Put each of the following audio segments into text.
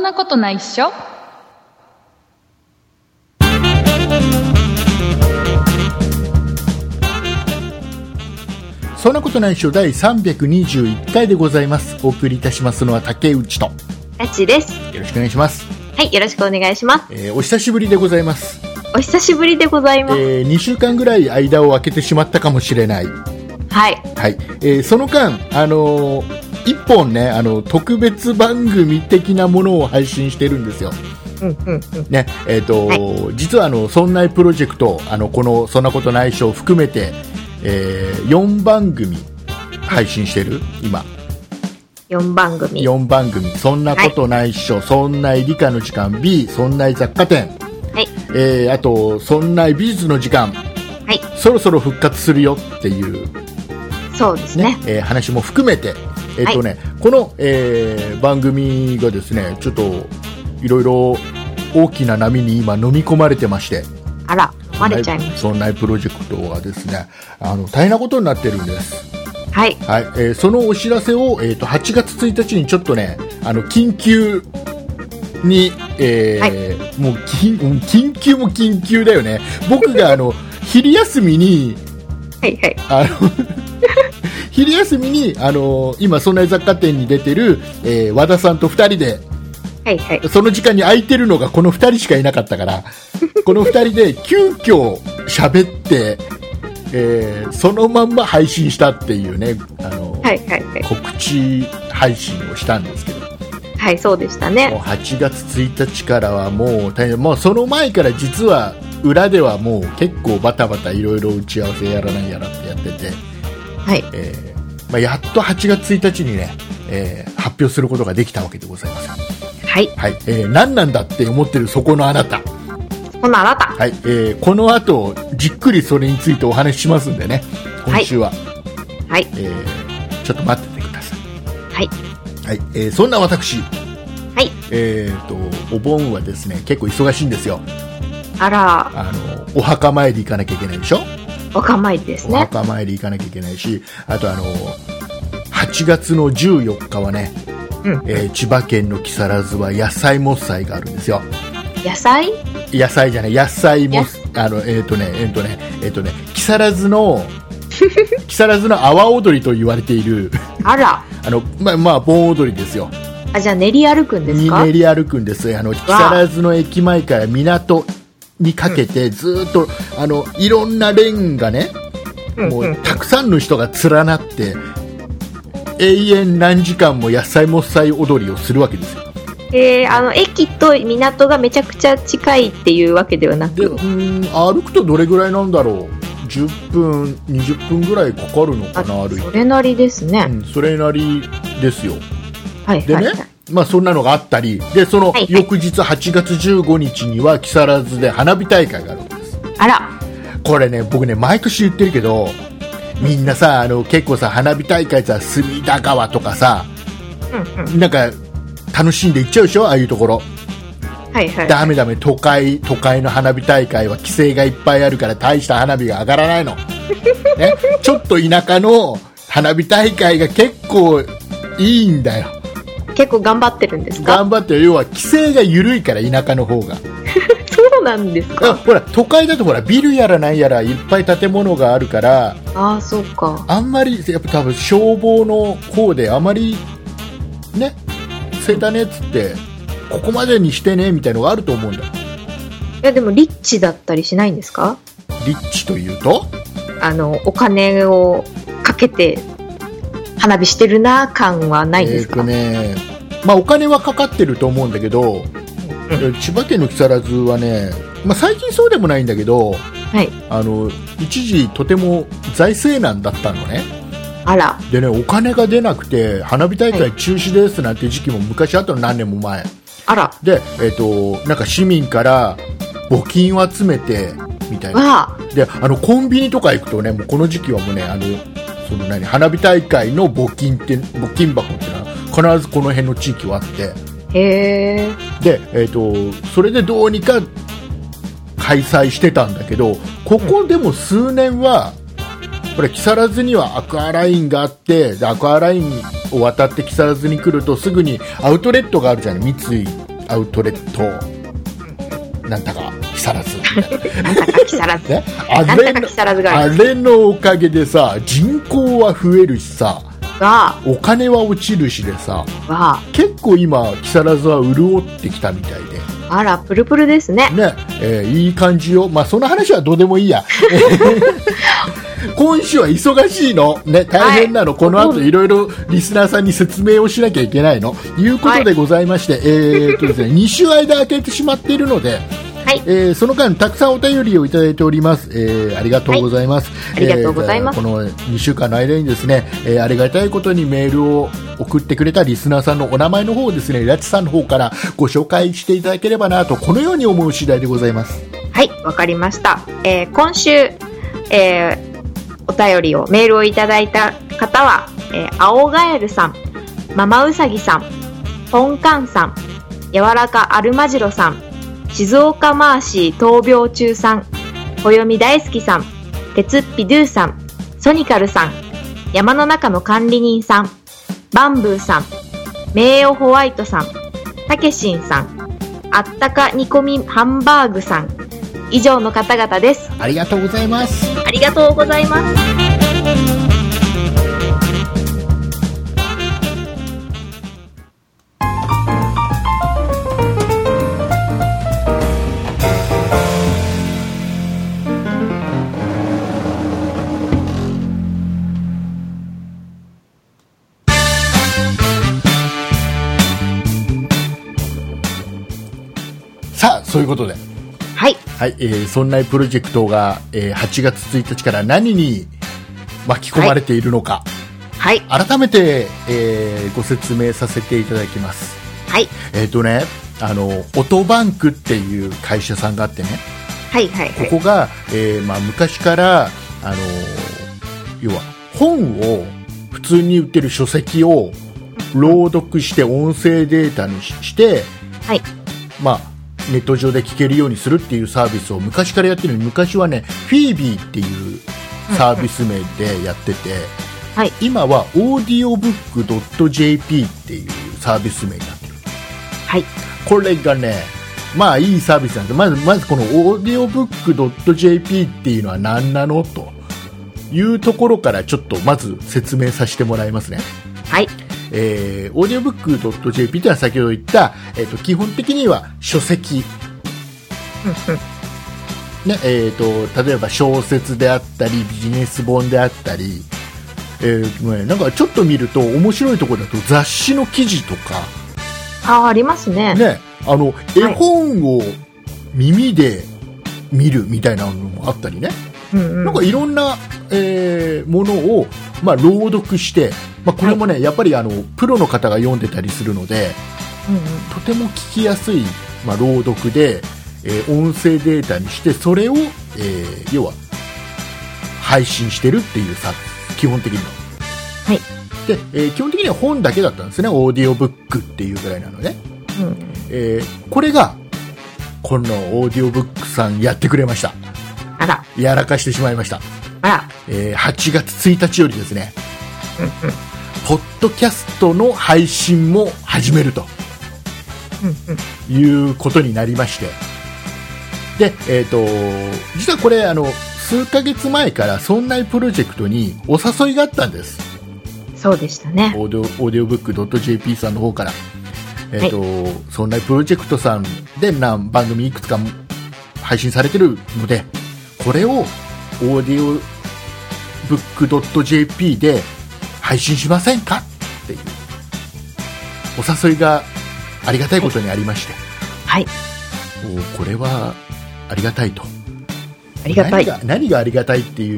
なことないっしょ。 そんなことないっしょ第321回でございます。お送りいたしますのは竹内とやちです。 よろしくお願いします。 はい、よろしくお願いします。 お久しぶりでございます。 お久しぶりでございます。 2週間ぐらい間を空けてしまったかもしれない。 はい、 はい。その間一本ね特別番組的なものを配信してるんですよ。ね、はい、実はそんないプロジェクトこのそんなことないっしょを含めて、4番組配信してる今。 4番組そんなことないっしょ、はい、そんない理科の時間 B そんない雑貨店、 はい、 あとそんない美術の時間、 はい、 そろそろ復活するよっていう、 そうですね、 話も含めて、はい、この、番組がですねちょっといろいろ大きな波に今飲み込まれてまして、 あら割れちゃいました。 そんなプロジェクトはですね大変なことになってるんです。 はい、 はい。そのお知らせを、8月1日にちょっとね緊急に、はい、もう緊急も緊急だよね。僕が昼休みにはいはい、 昼休みに今そんな雑貨店に出てる、和田さんと2人で、 はいはい、 その時間に空いてるのがこの2人しかいなかったからこの2人で急遽喋って、そのまんま配信したっていうねはいはいはい、 告知配信をしたんですけど、 はいそうでしたね。 もう8月1日からはもう大変。もうその前から実は裏ではもう結構バタバタいろいろ打ち合わせやらないやらってやってて、 はい、 やっと8月1日にね、発表することができたわけでございます。 はい、 はい。何なんだって思ってるそこのあなた、はい。この後じっくりそれについてお話ししますんでね、今週は、 はい、 ちょっと待っててください。 はい、 はい。そんな私、 はい、 お盆はですね結構忙しいんですよ。 あら、 お墓参り行かなきゃいけないでしょ。 お墓参りですね。 お墓参り行かなきゃいけないし、あと8月の14日はね、千葉県の木更津は野菜もっ祭があるんですよ。 野菜じゃない、野菜も木更津の阿波踊りと言われているあら盆踊りですよ。 あ、じゃあ練り歩くんですか。 練り歩くんです。木更津の駅前から港にかけてずっと、いろんなレーンがね、もうたくさんの人が連なって永遠何時間も野菜もっ祭踊りをするわけですよ。 駅と港がめちゃくちゃ近いっていうわけではなく、 歩くとどれぐらいなんだろう。10分20分ぐらいかかるのかな。歩いてそれなりですね。 それなりですよ。 はいはいはい、 でね、そんなのがあったりで、その翌日8月15日には木更津で花火大会があるんです。 あら、 これね僕ね毎年言ってるけど、みんなさ結構さ花火大会さ隅田川とかさ、なんか楽しんで行っちゃうでしょ、ああいうところ。 はいはい、 ダメ都会の花火大会は規制がいっぱいあるから大した花火が上がらないの、ね、ちょっと田舎の花火大会が結構いいんだよ。 結構頑張ってるんですか。 頑張ってる。要は規制が緩いから田舎の方がそうなんですか。 ほら都会だとほらビルやらなんやらいっぱい建物があるから、 あ、そうか。 あんまりやっぱ多分消防の方であまりねせだねっつってここまでにしてねみたいのがあると思うんだ。いやでもリッチだったりしないんですか。 リッチというとお金をかけて花火してるな感はないんですか。 お金はかかってると思うんだけど、千葉県の木更津はね、最近そうでもないんだけど、 はい、 一時とても財政難だったのね。 あら。 でね、お金が出なくて花火大会中止ですなんて時期も昔あったの、何年も前。 あら。 で、なんか市民から募金を集めてみたいな。でコンビニとか行くとね、もうこの時期はもうね花火大会の募金箱っていうのは必ずこの辺の地域はあって、 へー。 で、それでどうにか開催してたんだけど、ここでも数年は、これ木更津にはアクアラインがあって、アクアラインを渡って木更津に来るとすぐにアウトレットがあるじゃない、三井アウトレットなんだか木更津なんだか木更津、 ね、 なんだか木更津があれのおかげでさ、人口は増えるしさ、お金は落ちるしでさ、結構今木更津は潤ってきたみたいで、 あらプルプルですね。 ね、いい感じよ。まあその話はどうでもいいや。今週は忙しいの、ね、大変なの、はい、この後いろいろリスナーさんに説明をしなきゃいけないのいうことでございまして、はい、ですね、2週間空けてしまっているので、はい、その間たくさんお便りをいただいております。ありがとうございます。 はい、ありがとうございます。 この2週間の間にですね、ありがたいことにメールを送ってくれたリスナーさんのお名前の方をですね、ラチさんの方からご紹介していただければなと、このように思う次第でございます。 はい、わかりました。今週、お便りをメールをいただいた方は、青ガエルさん、ママウサギさん、ポンカンさん、柔らかアルマジロさん、静岡マーシー闘病中さん、暦大好きさん、鉄っぴドゥさん、ソニカルさん、山の中の管理人さん、バンブーさん、名誉ホワイトさん、たけしんさん、あったか煮込みハンバーグさん、以上の方々です。 ありがとうございます。 ありがとうございます。 さあ、そういうことで、 はい、 はい、そんなプロジェクトが、8月1日から何に巻き込まれているのか、 はい、 改めて、ご説明させていただきます。 はい、 オトバンクっていう会社さんがあってね、 はいはいはい、 ここが、昔から要は本を普通に売ってる書籍を朗読して音声データにして、 はい、 ネット上で聞けるようにするっていうサービスを昔からやってるのに、昔はねフィービーっていうサービス名でやってて、 はい、 今はオーディオブック .jp っていうサービス名になってる。 はい、 これがね、いいサービスなんで、まずこのオーディオブック .jp っていうのは何なのというところからちょっとまず説明させてもらいますね。 はい、 オーディオブック .jp というのは先ほど言った、基本的には書籍、ね、例えば小説であったりビジネス本であったり、なんかちょっと見ると面白いところだと雑誌の記事とか、 ありますね。 絵本を耳で見るみたいなのもあったりね、なんかいろんな、ものを、朗読して、これもね、やっぱりプロの方が読んでたりするので、とても聞きやすい、朗読で、音声データにしてそれを、要は配信してるっていうさ、基本的には。 はい。 で、基本的には本だけだったんですね。オーディオブックっていうぐらいなのね。これがこのオーディオブックさんやってくれました。 あら。 やらかしてしまいました。 あら。 8月1日よりですね、ポッドキャストの配信も始めると、いうことになりまして、で、実はこれ数ヶ月前からそんなプロジェクトにお誘いがあったんです。 そうでしたね。 オーディオブック .jp さんの方から、そんなプロジェクトさんで番組いくつか配信されてるので、これをオーディオブック .jp で配信しませんかっていうお誘いがありがたいことにありまして、 はい、 これはありがたいと。 ありがたい。 何がありがたいっていう、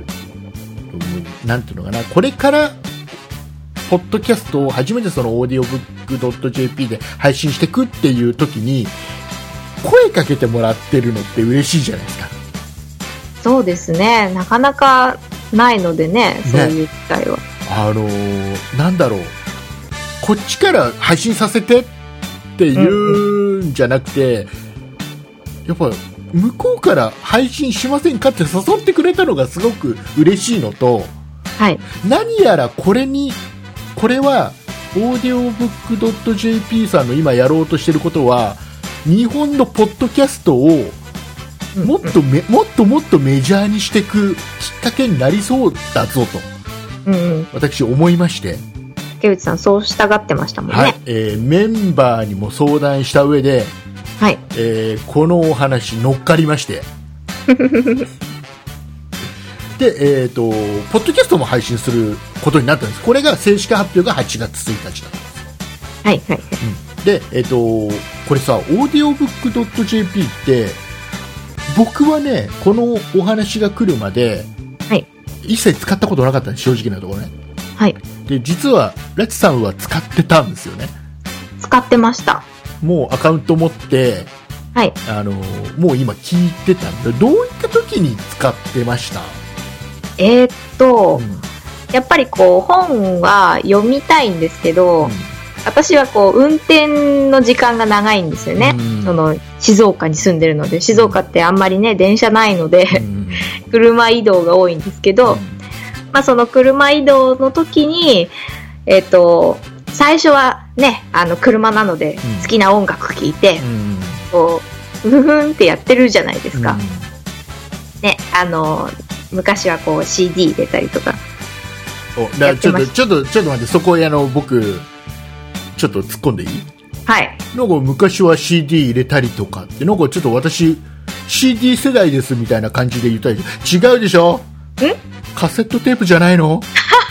なんていうのかな、これからポッドキャストを初めてそのオーディオブック .jp で配信していくっていう時に声かけてもらってるのって嬉しいじゃないですか。 そうですね、なかなかないのでね、そういう機会は。 なんだろう、こっちから配信させてっていうんじゃなくて、やっぱ向こうから配信しませんかって誘ってくれたのがすごく嬉しいのと、 はい、 何やらこれは audiobook.jp さんの今やろうとしてることは、日本のポッドキャストをもっとメジャーにしていくきっかけになりそうだぞと、私思いまして、 竹内さんそうしたがってましたもんね。 はい、メンバーにも相談した上で、 はい、 このお話乗っかりましてで、ポッドキャストも配信することになったんです。これが正式発表が8月1日だったんです。 はいはい、 で、これさ、audiobook.jp って僕はね、このお話が来るまで、 はい、 一切使ったことなかったんです、正直なところね。 はい。 で、実はラチさんは使ってたんですよね。 使ってました。もうアカウント持って、 はい、 もう今聞いてたんで、どういった時に使ってました？ やっぱりこう本は読みたいんですけど、私はこう運転の時間が長いんですよね。その静岡に住んでるので、静岡ってあんまりね電車ないので車移動が多いんですけど、その車移動の時に最初はね車なので好きな音楽聴いて、こうふふんってやってるじゃないですか。ね、昔はこう CD 入れたりとか。 ちょっと待って、そこ僕ちょっと突っ込んでいい？ はい。 なんか昔は CD 入れたりとかって、なんかちょっと私 CD 世代ですみたいな感じで言ったり、違うでしょ？カセットテープじゃないの？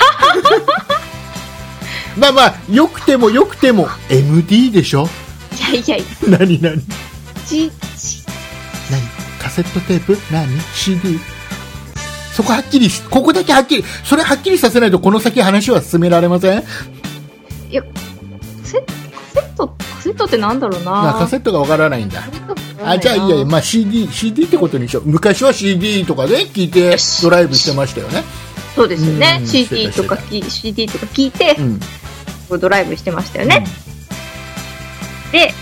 まあよくても MD でしょ？ いや何何カセットテープ？何 CD？ そこはっきり、ここだけはっきり、それはっきりさせないとこの先話は進められません？ いや、カセットってなんだろうな。 カセットがわからないんだ。じゃあいいや、CD ってことにしよう。昔は CD とかで聞いてドライブしてましたよね。 そうですよね。CD とか聞いて、ドライブしてましたよね。で、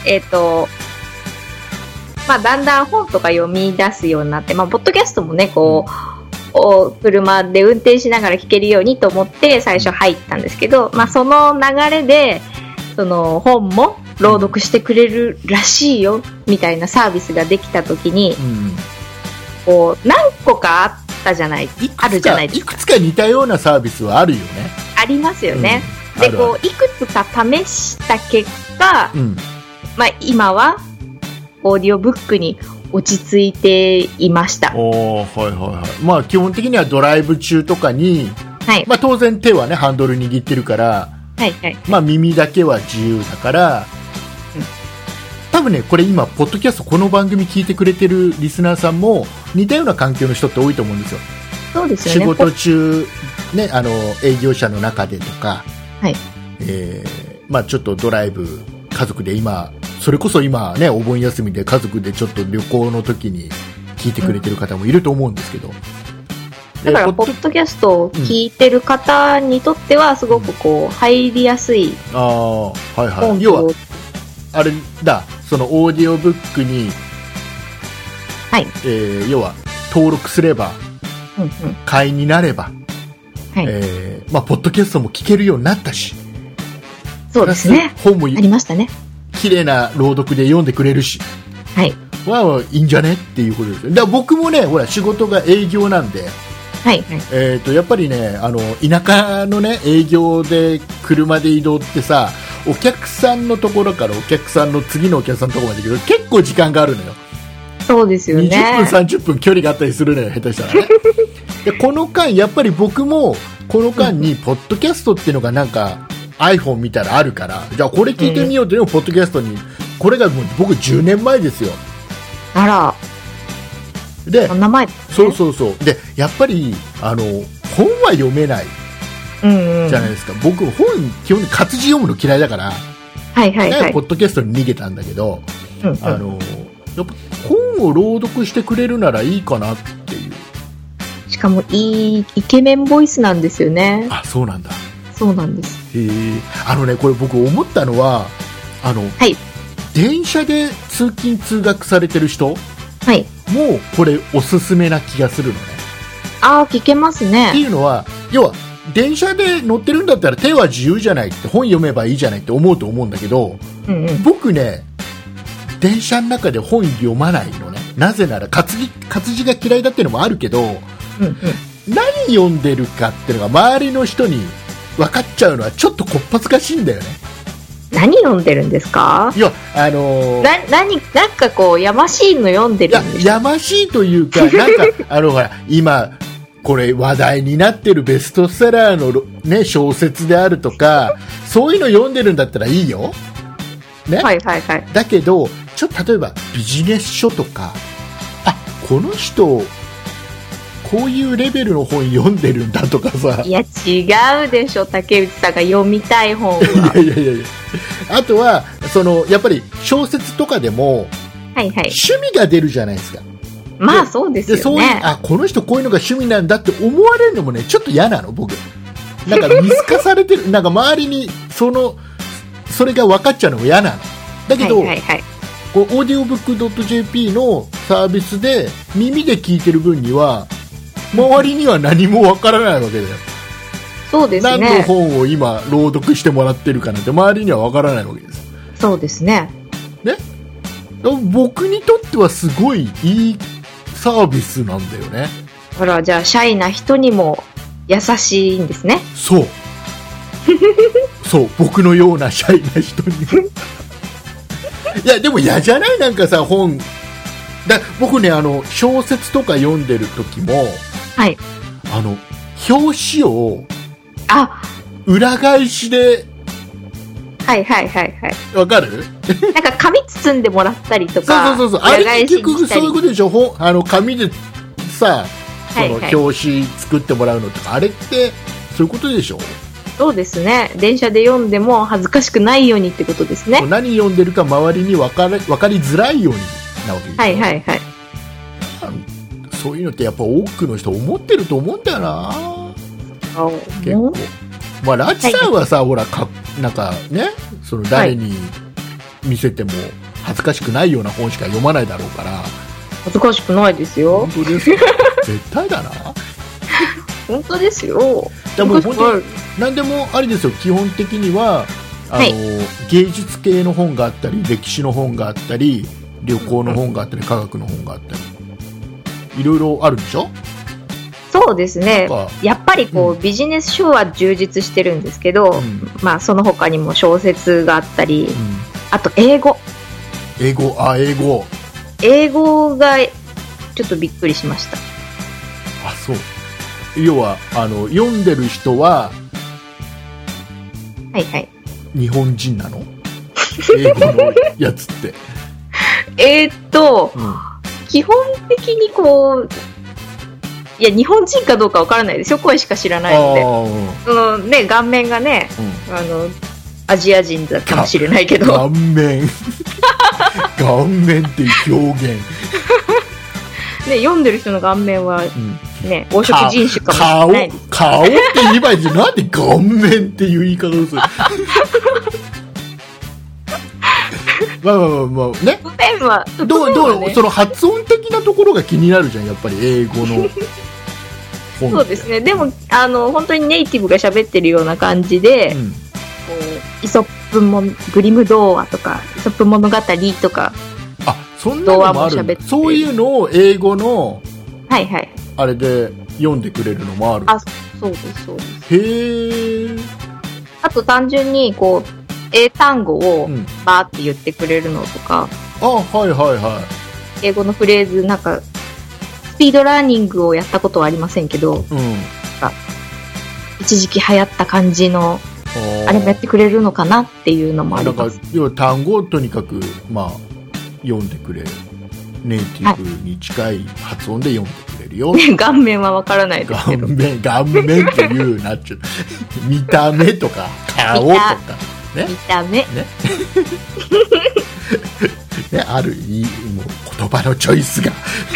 だんだん本とか読み出すようになって、ポッドキャストもね、こう、車で運転しながら聞けるようにと思って最初入ったんですけど、その流れでその本も朗読してくれるらしいよみたいなサービスができた時に、こう何個かあったじゃない、あるじゃないですか。 いくつか似たようなサービスはあるよね。 ありますよね。で、こういくつか試した結果、今はオーディオブックに落ち着いていました。 基本的にはドライブ中とかに、当然手はねハンドル握ってるから、耳だけは自由だから、多分ねこれ今ポッドキャストこの番組聞いてくれてるリスナーさんも似たような環境の人って多いと思うんですよ。 そうですよね。 仕事中ね営業者の中でとか、ちょっとドライブ家族でそれこそ今ねお盆休みで家族でちょっと旅行の時に聞いてくれてる方もいると思うんですけど、 だからポッドキャストを聞いてる方にとってはすごくこう入りやすい。 要はあれだ、そのオーディオブックに、要は登録すれば、会員になれば、ポッドキャストも聞けるようになったし、 そうですね。 本もありましたね。 綺麗な朗読で読んでくれるし、いいんじゃねっていうことです。だから僕もね、ほら仕事が営業なんで、やっぱりね田舎のね営業で車で移動ってさ、お客さんのところからお客さんの次のお客さんのところまで行くと結構時間があるのよ。 そうですよね。 20分30分距離があったりするのよ、下手したらね。でこの間やっぱり僕もこの間にポッドキャストっていうのがなんか iPhone 見たらあるから、じゃあこれ聞いてみようというのをポッドキャストに、これがもう僕10年前ですよ。 あら。 で、 そんな前ですね。 そうでやっぱり本は読めないじゃないですか。僕本基本活字読むの嫌いだから、ポッドキャストに逃げたんだけど、やっぱ本を朗読してくれるならいいかなっていう。 しかもイケメンボイスなんですよね。 あ、そうなんだ。 そうなんです。 これ僕思ったのは電車で通勤通学されてる人、もうこれおすすめな気がするのね。 聞けますね。 っていうのは要は電車で乗ってるんだったら手は自由じゃないって、本読めばいいじゃないって思うと思うんだけど、僕ね、電車の中で本読まないのね。なぜなら活字が嫌いだっていうのもあるけど、何読んでるかっていうのが周りの人に分かっちゃうのはちょっとこっぱずかしいんだよね。 何読んでるんですか？いや、なんかこうやましいの読んでるんですか？ やましいというか、なんかほら今これ話題になってるベストセラーの、ね、小説であるとか、そういうの読んでるんだったらいいよ、ね、だけどちょっと例えばビジネス書とか、この人こういうレベルの本読んでるんだとかさ。 いや違うでしょ、竹内さんが読みたい本は。 いやあとはやっぱり小説とかでも、趣味が出るじゃないですか。 まあそうですよね。 そういうこの人こういうのが趣味なんだって思われるのもね、ちょっと嫌なの僕。なんか見透かされてるなんか周りにそれが分かっちゃうのも嫌なのだけど、こうオーディオブック .jp のサービスで耳で聞いてる分には周りには何も分からないわけだよ。 そうですね。 何の本を今朗読してもらってるかなんて周りには分からないわけです。 そうですね。 ね、僕にとってはすごいいいサービスなんだよね。 ほら、じゃあシャイな人にも優しいんですね。 そうそう僕のようなシャイな人にもいやでも嫌じゃない？なんかさ、本僕ね、小説とか読んでる時も、表紙を裏返しで、わかる？ なんか紙包んでもらったりとか、 そうあれ結局そういうことでしょ。紙でさ、表紙作ってもらうのとか、あれってそういうことでしょ。 そうですね。電車で読んでも恥ずかしくないようにってことですね。 何読んでるか周りに分かりづらいようになわけですよ。そういうのってやっぱ多くの人思ってると思うんだよな。結構。まあラチさんはさ、ほらなんかね、誰に見せても恥ずかしくないような本しか読まないだろうから。 恥ずかしくないですよ。 本当ですか？絶対だな。 本当ですよ。 でも本当に何でもありですよ。基本的には芸術系の本があったり、歴史の本があったり、旅行の本があったり、科学の本があったり、いろいろあるでしょ。 そうですね。やっぱりビジネス書は充実してるんですけど、まあその他にも小説があったり、あと英語がちょっとびっくりしました。 そう。要は読んでる人は日本人なの？英語のやつって基本的にいや日本人かどうかわからないですよ。声しか知らないので、顔面がね、アジア人だかもしれないけど、 顔面っていう表現ね、読んでる人の顔面はね、黄色人種かもしれないです。 顔って言えばいいじゃん。なんで顔面っていう言い方をするまあね。どうその発音的なところが気になるじゃん、やっぱり英語の本。 そうですね。でも本当にネイティブが喋ってるような感じで、イソップもグリム童話とかイソップ物語とか、 そんなのもある。そういうのを英語のあれで読んでくれるのもある。 そうですへえ。 あと単純に英単語をバーって言ってくれるのとか、英語のフレーズ、なんかスピードラーニングをやったことはありませんけど、一時期流行った感じのあれもやってくれるのかなっていうのもあります。 要は単語をとにかく読んでくれる、ネイティブに近い発音で読んでくれるよ。 顔面はわからないですけど。 顔面っていうなっちゃう。見た目とか顔とかね。 見た目ね。 ね、あるもう言葉のチョイスが。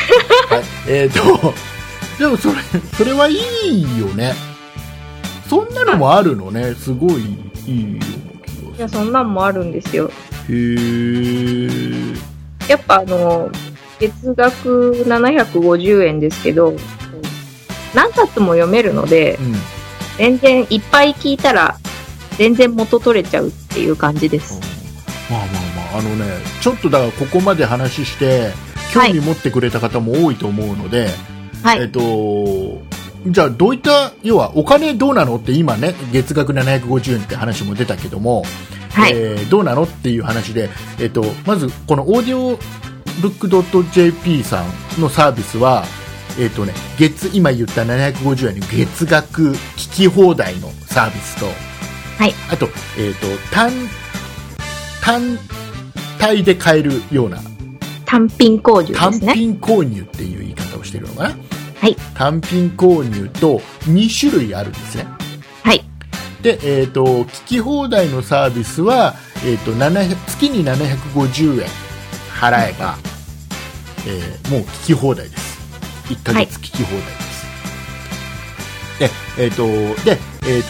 でもそれはいいよね。そんなのもあるのね。すごいいいような気がする。 いや、そんなんもあるんですよ。 へー。 やっぱ月額750円ですけど、何冊も読めるので、 全然いっぱい聞いたら全然元取れちゃうっていう感じです。 まあまあまあ、ちょっとだからここまで話して興味持ってくれた方も多いと思うので、はい、じゃあどういった要はお金どうなのって今ね月額750円って話も出たけども、はい、どうなのっていう話で、まずこのオーディオブックドット JP さんのサービスは今言った750円の月額聞き放題のサービスと、はい、あと、単体で買えるような単品購入ですね。 単品購入っていう言い方をしているのかな。 はい、 単品購入と2種類あるんですね。 はい。 で、聞き放題のサービスは、月に750円払えば、もう聞き放題です。1ヶ月聞き放題です。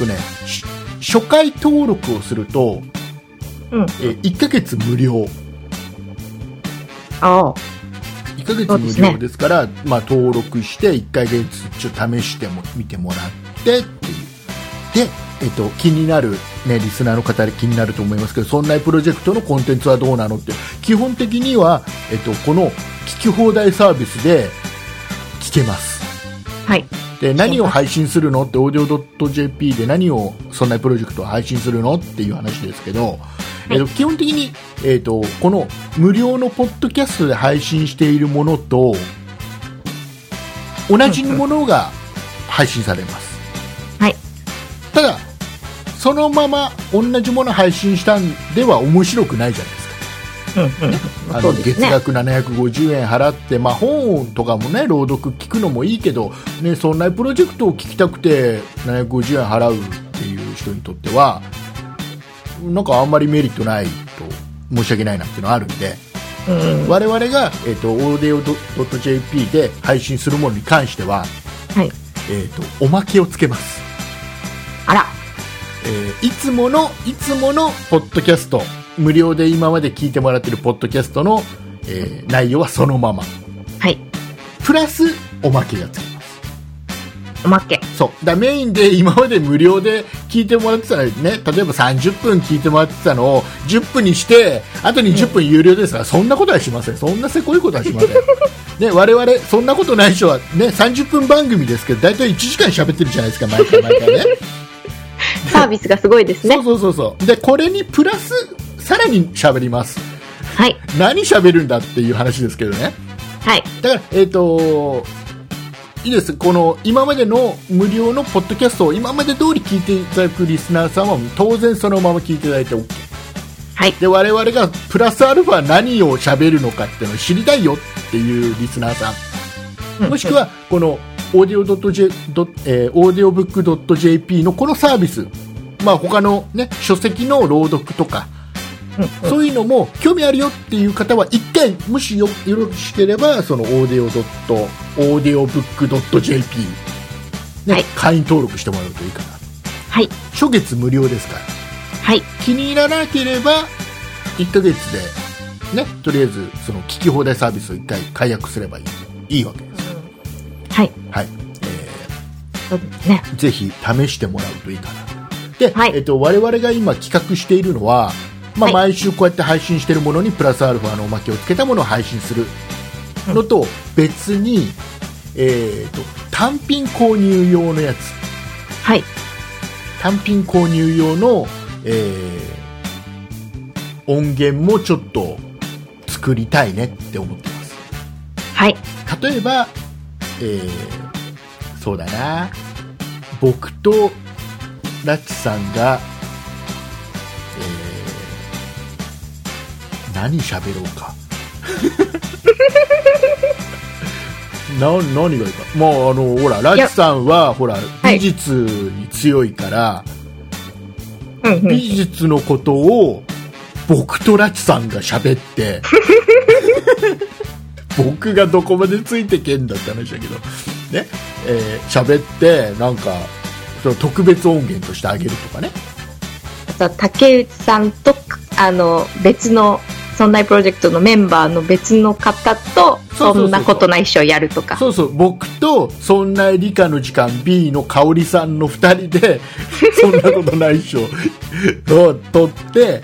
で、初回登録をすると、1ヶ月無料。1ヶ月無料ですから、まあ、登録して1ヶ月ちょっと試してみてもらってっていうで、気になる、ね、リスナーの方で気になると思いますけど、そんなプロジェクトのコンテンツはどうなのって、基本的には、この聞き放題サービスで聞けます。 はい。 で、何を配信するのって、オーディオ .jp で何をそんなプロジェクトを配信するのっていう話ですけど、基本的に、この無料のポッドキャストで配信しているものと同じものが配信されます。 はい。 ただそのまま同じもの配信したんでは面白くないじゃないですか。月額750円払って、まあ、本とかもね朗読聞くのもいいけど、ね、そんなプロジェクトを聞きたくて750円払うっていう人にとってはなんかあんまりメリットないと申し訳ないなっていうのがあるんで、我々が、オーディオ .jp で配信するものに関しては、 はい、 おまけをつけます。 あら、 いつものポッドキャスト無料で今まで聞いてもらっているポッドキャストの、内容はそのまま、 はい、 プラスおまけがつきます。 おまけ。 そうだ、メインで今まで無料で聞いてもらってたらね、例えば30分聞いてもらってたのを10分にしてあとに10分有料ですから、そんなことはしません。そんなせこいことはしませんね、我々そんなことない人はね、30分番組ですけど大体1時間喋ってるじゃないですか、毎回ねサービスがすごいですね。 そうで、これにプラスさらに喋ります。 はい。 何喋るんだっていう話ですけどね。 はい。 だからいいです。この今までの無料のポッドキャストを今まで通り聞いていただくリスナーさんは当然そのまま聞いていただいて OK。 はい。 で、我々がプラスアルファ何を喋るのかっていうのを知りたいよっていうリスナーさん、もしくはこのオーディオブックドット JP のこのサービス、まあ他のね書籍の朗読とか、そういうのも興味あるよっていう方は一回もしよろしければそのオーディオブックドット JP、ね、はい、会員登録してもらうといいかな。 はい。 初月無料ですから。 はい。 気に入らなければ1ヶ月でね、とりあえずその聞き放題サービスを1回解約すればいいわけです。 はい。 はい。 そうですね。 ぜひ試してもらうといいかな。で、 はい、 我々が今企画しているのは、まあ、毎週こうやって配信しているものにプラスアルファのおまけをつけたものを配信するのと別に、単品購入用のやつ、 はい、 単品購入用の、音源もちょっと作りたいねって思ってます。 はい。 例えば、そうだな、僕とラッチさんが何喋ろうか何がいいか、まあほらラッチさんはほら美術に強いから、はい、美術のことを僕とラッチさんが喋って僕がどこまでついてけんだって話だけどね、喋ってなんかその特別音源としてあげるとかね。 あと竹内さんと別のそんなプロジェクトのメンバーの別の方とそんなことないっしょやるとか。 そうそう、僕とそんな理科の時間 B の香織さんの2人でそんなことないっしょを撮って、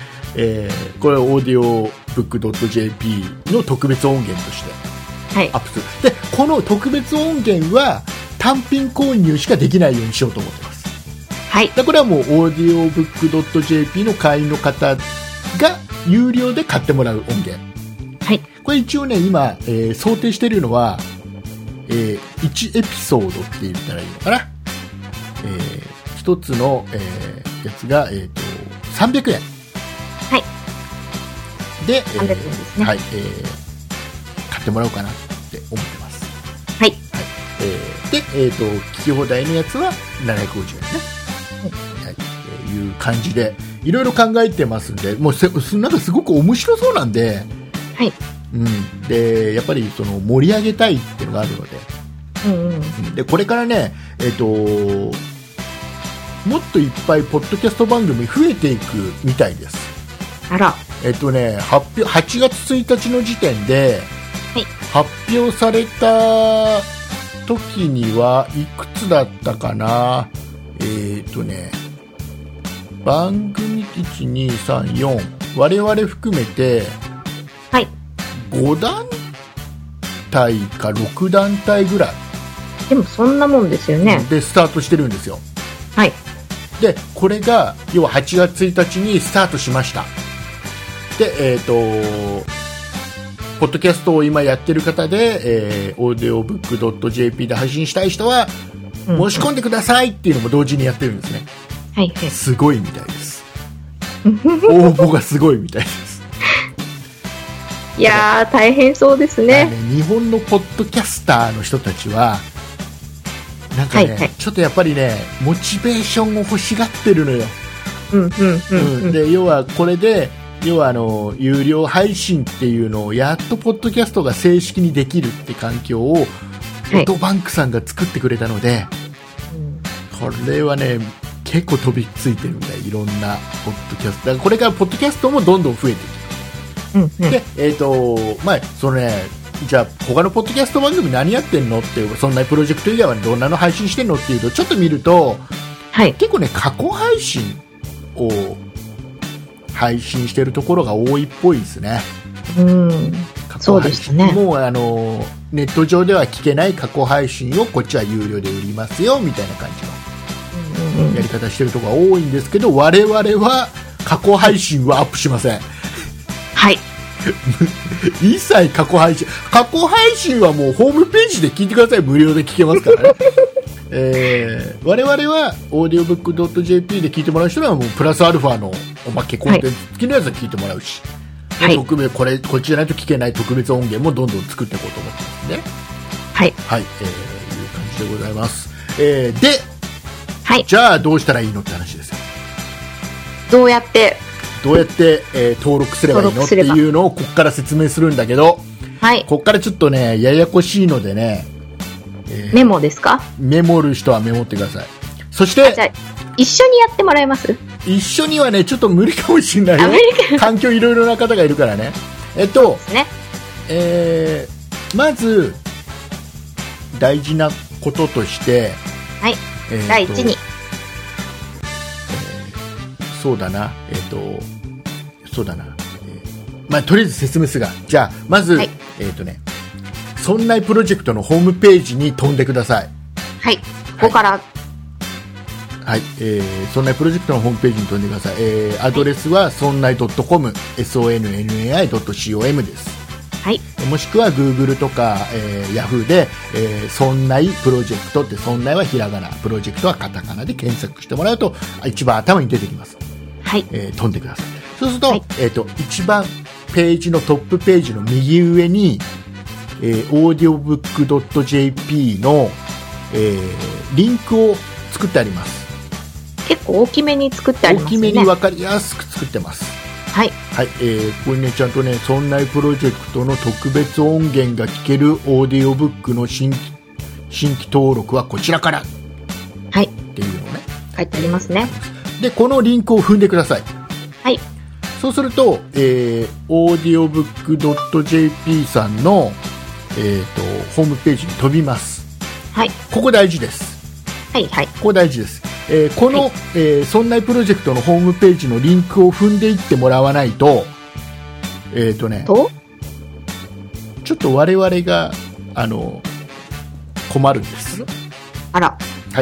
これオーディオブック .jp の特別音源としてアップする、でこの特別音源は単品購入しかできないようにしようと思ってます。 はい。 でこれはもうオーディオブック .jp の会員の方が有料で買ってもらう音源。 はい。 これ一応ね今、想定しているのは、1エピソードって言ったらいいのかな、一つの、やつが、300円。 はい。 で、 300円ですね。 はい、買ってもらおうかなって思ってます。 はい。 はい。で、聞き放題のやつは750円ね。はい。いう感じでいろいろ考えてますんで、もうなんかすごく面白そうなんで、 はい。 うん、でやっぱりその盛り上げたいっていうのがあるので、でこれからね、もっといっぱいポッドキャスト番組増えていくみたいです。 あら。 8月1日の時点で、 はい、 発表された時にはいくつだったかな。番組1234我々含めて、 はい、 5団体か6団体ぐらいでもそんなもんですよね。 でスタートしてるんですよ。 はい。 でこれが要は8月1日にスタートしました。でポッドキャストを今やってる方で、オーディオブック .jp で配信したい人は申し込んでくださいっていうのも同時にやってるんですね。 はいはい。 すごいみたいです。応募がすごいみたいです。 いやー大変そうですね。 日本のポッドキャスターの人たちはなんかね、はいはい、ちょっとやっぱりねモチベーションを欲しがってるのよ。で要はこれで有料配信っていうのをやっとポッドキャストが正式にできるって環境をオートバンクさんが作ってくれたので、これはね結構飛びついてるんだよ、いろんなポッドキャスト。だからこれからポッドキャストもどんどん増えていく。でそのね、じゃあ他のポッドキャスト番組何やってんのっていう、そんなプロジェクト以外はどんなの配信してんのっていうとちょっと見ると、はい、結構ね過去配信を配信してるところが多いっぽいですね。 そうですね。 もうネット上では聞けない過去配信をこっちは有料で売りますよみたいな感じのやり方してるところが多いんですけど、我々は過去配信はアップしません。 はい。 一切過去配信はもうホームページで聞いてください。無料で聞けますからね。我々はオーディオブック .jp で聞いてもらう人はもうプラスアルファのおまけコンテンツ付きのやつは聞いてもらうし、はい、特別こっちじゃないと聞けない特別音源もどんどん作っていこうと思ってますね。はい、はい、いう感じでございます。で、はい、じゃあどうしたらいいのって話ですよ。 どうやって、 登録すればいいのっていうのをここから説明するんだけど、はい、ここからちょっとねややこしいのでね、 メモですか？ メモる人はメモってください。そしてじゃあ一緒にやってもらえます？ 一緒にはねちょっと無理かもしれないよ。環境いろいろな方がいるからね。ですね。まず大事なこととして、はい、 第一に、 そうだな、とりあえず説明するが、じゃあまず、はい、そんないプロジェクトのホームページに飛んでください。 はい、ここから、 はい、そんないプロジェクトのホームページに飛んでください。アドレスはそんない .com、sonnai.com です。はい、もしくは Google とか、Yahoo で、そんないプロジェクトって、そんないはひらがな、プロジェクトはカタカナで検索してもらうと一番頭に出てきます。はい、飛んでください。そうすると、はい、一番ページのトップページの右上にaudiobook.jp の、リンクを作ってあります。 結構大きめに作ってありますね。 大きめに分かりやすく作ってます。はい、はい、これねちゃんとねそんないプロジェクトの特別音源が聞けるオーディオブックの新規登録はこちらから、はい、っていうのね書いてありますね。 でこのリンクを踏んでください。はい。そうすると、audiobook.jp さんの、 ホームページに飛びます。 はい。 ここ大事です。 はいはい。 ここ大事です。この、そんないプロジェクトのホームページのリンクを踏んでいってもらわないと、ちょっと我々が困るんです。 あら。 はい。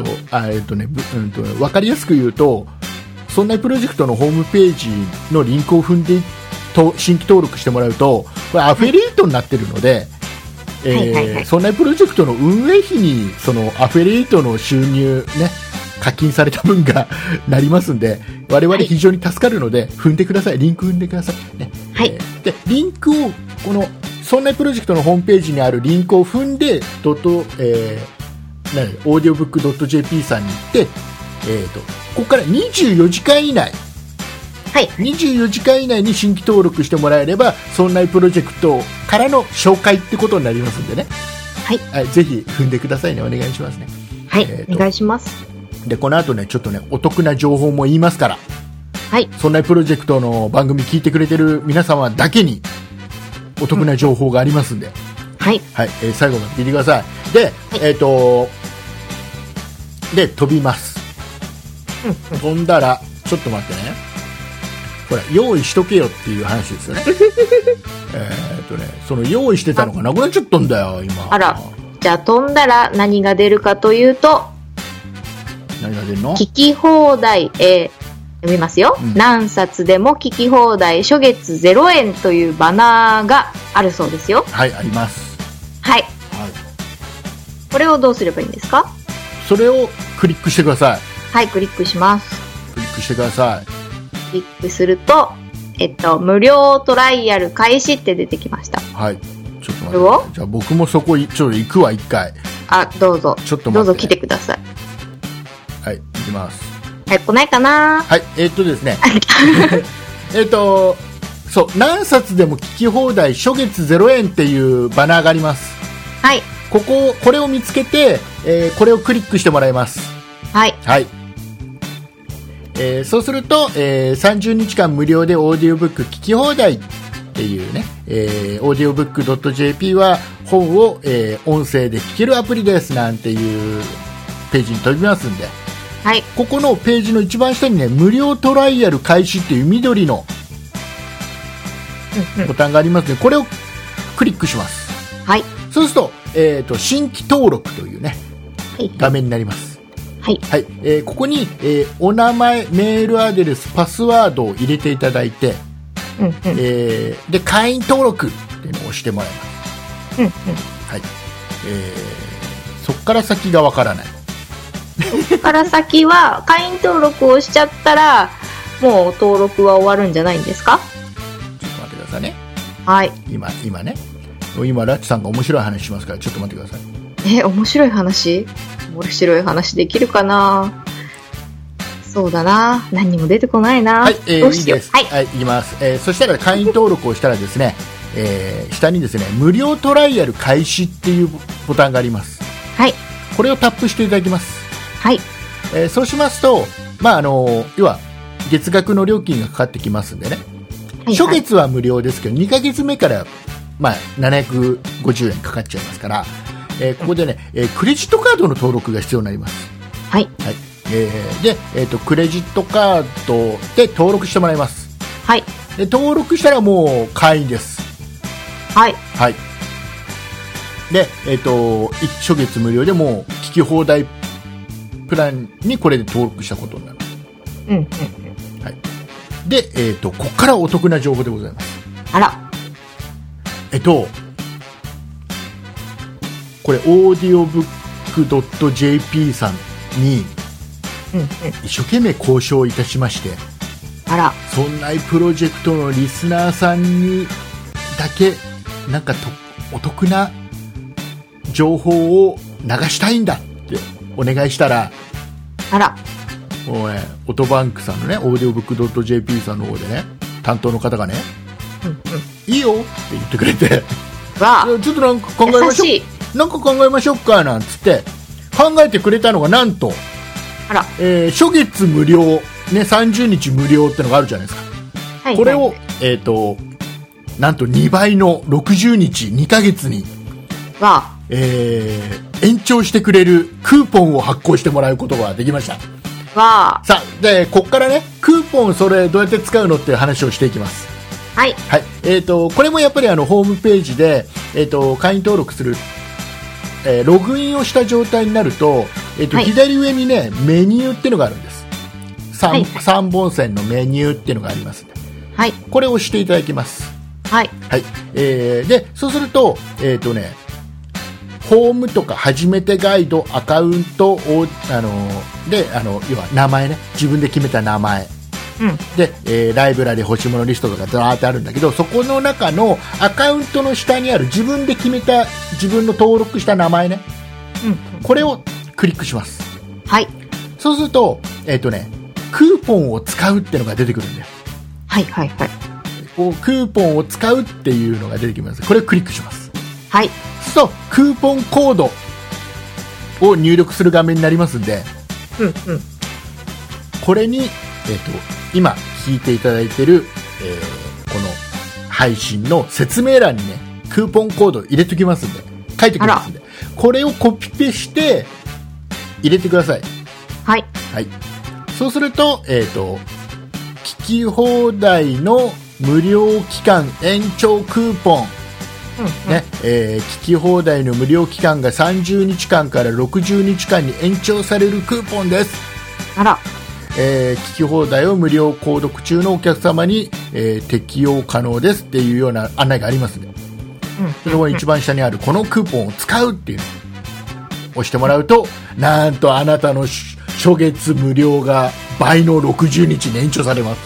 わかりやすく言うと、そんないプロジェクトのホームページのリンクを踏んで新規登録してもらうと、これアフィリエイトになってるので、そんないプロジェクトの運営費にそのアフィリエイトの収入ね、課金された分がなりますんで、我々非常に助かるので、踏んでください。リンク踏んでください。ね。 はい。 で、リンクを、この、そんないプロジェクトのホームページにあるリンクを踏んで、オーディオブック .jp さんに行って、ここから24時間以内、 はい、 24時間以内に新規登録してもらえれば、そんないプロジェクトからの紹介ってことになりますんでね。 はい。 はい、ぜひ踏んでくださいね。お願いしますね。 はい、お願いします。 で、この後ね、ちょっとね、お得な情報も言いますから。 はい。 そんないプロジェクトの番組聞いてくれてる皆様だけに、お得な情報がありますんで。 はい。 はい、最後まで聞いてください。で、はい、で、飛びます。飛んだら、ちょっと待ってね。ほら、用意しとけよっていう話ですよね。その用意してたのがなくなっちゃったんだよ、今。 あら、じゃあ飛んだら何が出るかというと、 何が出るの？ 聞き放題、読みますよ、何冊でも聞き放題、初月0円というバナーがあるそうですよ。 はい、あります。 はい。はい。これをどうすればいいんですか？ それをクリックしてください。 はい、クリックします。 クリックしてください。 クリックすると、無料トライアル開始って出てきました。 はい。ちょっと待って。じゃあ僕もそこちょっと行くわ、一回。 あ、どうぞ。 ちょっと待って、ね。 どうぞ来てください。 はい、行きます。 はい、来ないかな？ はい、ですね。そう、何冊でも聞き放題、初月0円っていうバナーがあります。 はい。 これを見つけて、これをクリックしてもらいます。 はい。 はい。そうすると、30日間無料でオーディオブック聞き放題っていうね、オーディオブック .jp は本を、音声で聞けるアプリですなんていうページに飛びますんで、 はい、 ここのページの一番下にね、無料トライアル開始っていう緑のボタンがありますので、これをクリックします。 はい。 そうすると、新規登録というね、はい、画面になります。 はい。 はい。ここに、お名前、メールアドレス、パスワードを入れていただいて、で、会員登録っていうのを押してもらいます。はい。そこから先がわからない。 そこから先は、会員登録をしちゃったら、もう登録は終わるんじゃないんですか？ ちょっと待ってくださいね。 はい。 今ね。今、ラッチさんが面白い話しますから、ちょっと待ってください。面白い話できるかな？そうだな。何にも出てこないな。 はい、いいです。 はい、 はい、いきます。そしたら会員登録をしたらですね、下にですね、無料トライアル開始っていうボタンがあります。 はい。 これをタップしていただきます。 はい。 そうしますと、要は、月額の料金がかかってきますんでね。はいはい、初月は無料ですけど、2ヶ月目から、750円かかっちゃいますから、ここでね、クレジットカードの登録が必要になります。 はい。 はい。で、クレジットカードで登録してもらいます。 はい。 で、登録したらもう会員です。 はい。 はい。で、初月無料でもう聞き放題プランにこれで登録したことになる。はい。で、ここからお得な情報でございます。 あら。 これ、オーディオブック .jp さんに、一生懸命交渉いたしまして、 あら。 そんないプロジェクトのリスナーさんにだけ、なんかお得な情報を流したいんだってお願いしたら、 あら。 もうね、オトバンクさんのね、オーディオブック .jp さんの方でね、担当の方がね、いいよって言ってくれて、ちょっとなんか考えましょう。なんか考えましょうかなんつって考えてくれたのがなんと、 あら、 初月無料、ね、30日無料ってのがあるじゃないですか。 はい、 これを、なんと2倍の60日2ヶ月にわ延長してくれるクーポンを発行してもらうことができました。 わさあ、で、こっからね、クーポンそれどうやって使うのっていう話をしていきます。 はい。 はい。これもやっぱりホームページで、会員登録する、ログインをした状態になると、 はい、 左上にね、メニューっていうのがあるんです。 はい 3本線のメニューっていうのがありますので、 はい。 これを押していただきます。 はい。 はい。で、そうすると、ホームとか初めてガイド、アカウントを、で、要は名前ね、自分で決めた名前。 うん。 で、ライブラリ欲しいものリストとかザーってあるんだけど、そこの中のアカウントの下にある自分で決めた自分の登録した名前ね。 うん。 これをクリックします。 はい。 そうすると、クーポンを使うっていうのが出てくるんだよ。 はいはいはい。 クーポンを使うっていうのが出てきます。これをクリックします。 はい。 そう、クーポンコードを入力する画面になりますんで、 うんうん。 これに、今聞いていただいている、この配信の説明欄にね、クーポンコード入れておきますんで、書いてきますんで、これをコピペして入れてください。 はい。 はい。そうすると、聞き放題の無料期間延長クーポン、ね、聞き放題の無料期間が30日間から60日間に延長されるクーポンです。 あら。 聞き放題を無料購読中のお客様に、適用可能ですっていうような案内がありますね。それは一番下にあるこのクーポンを使うっていうのを押してもらうと、なんとあなたの初月無料が倍の60日に延長されます。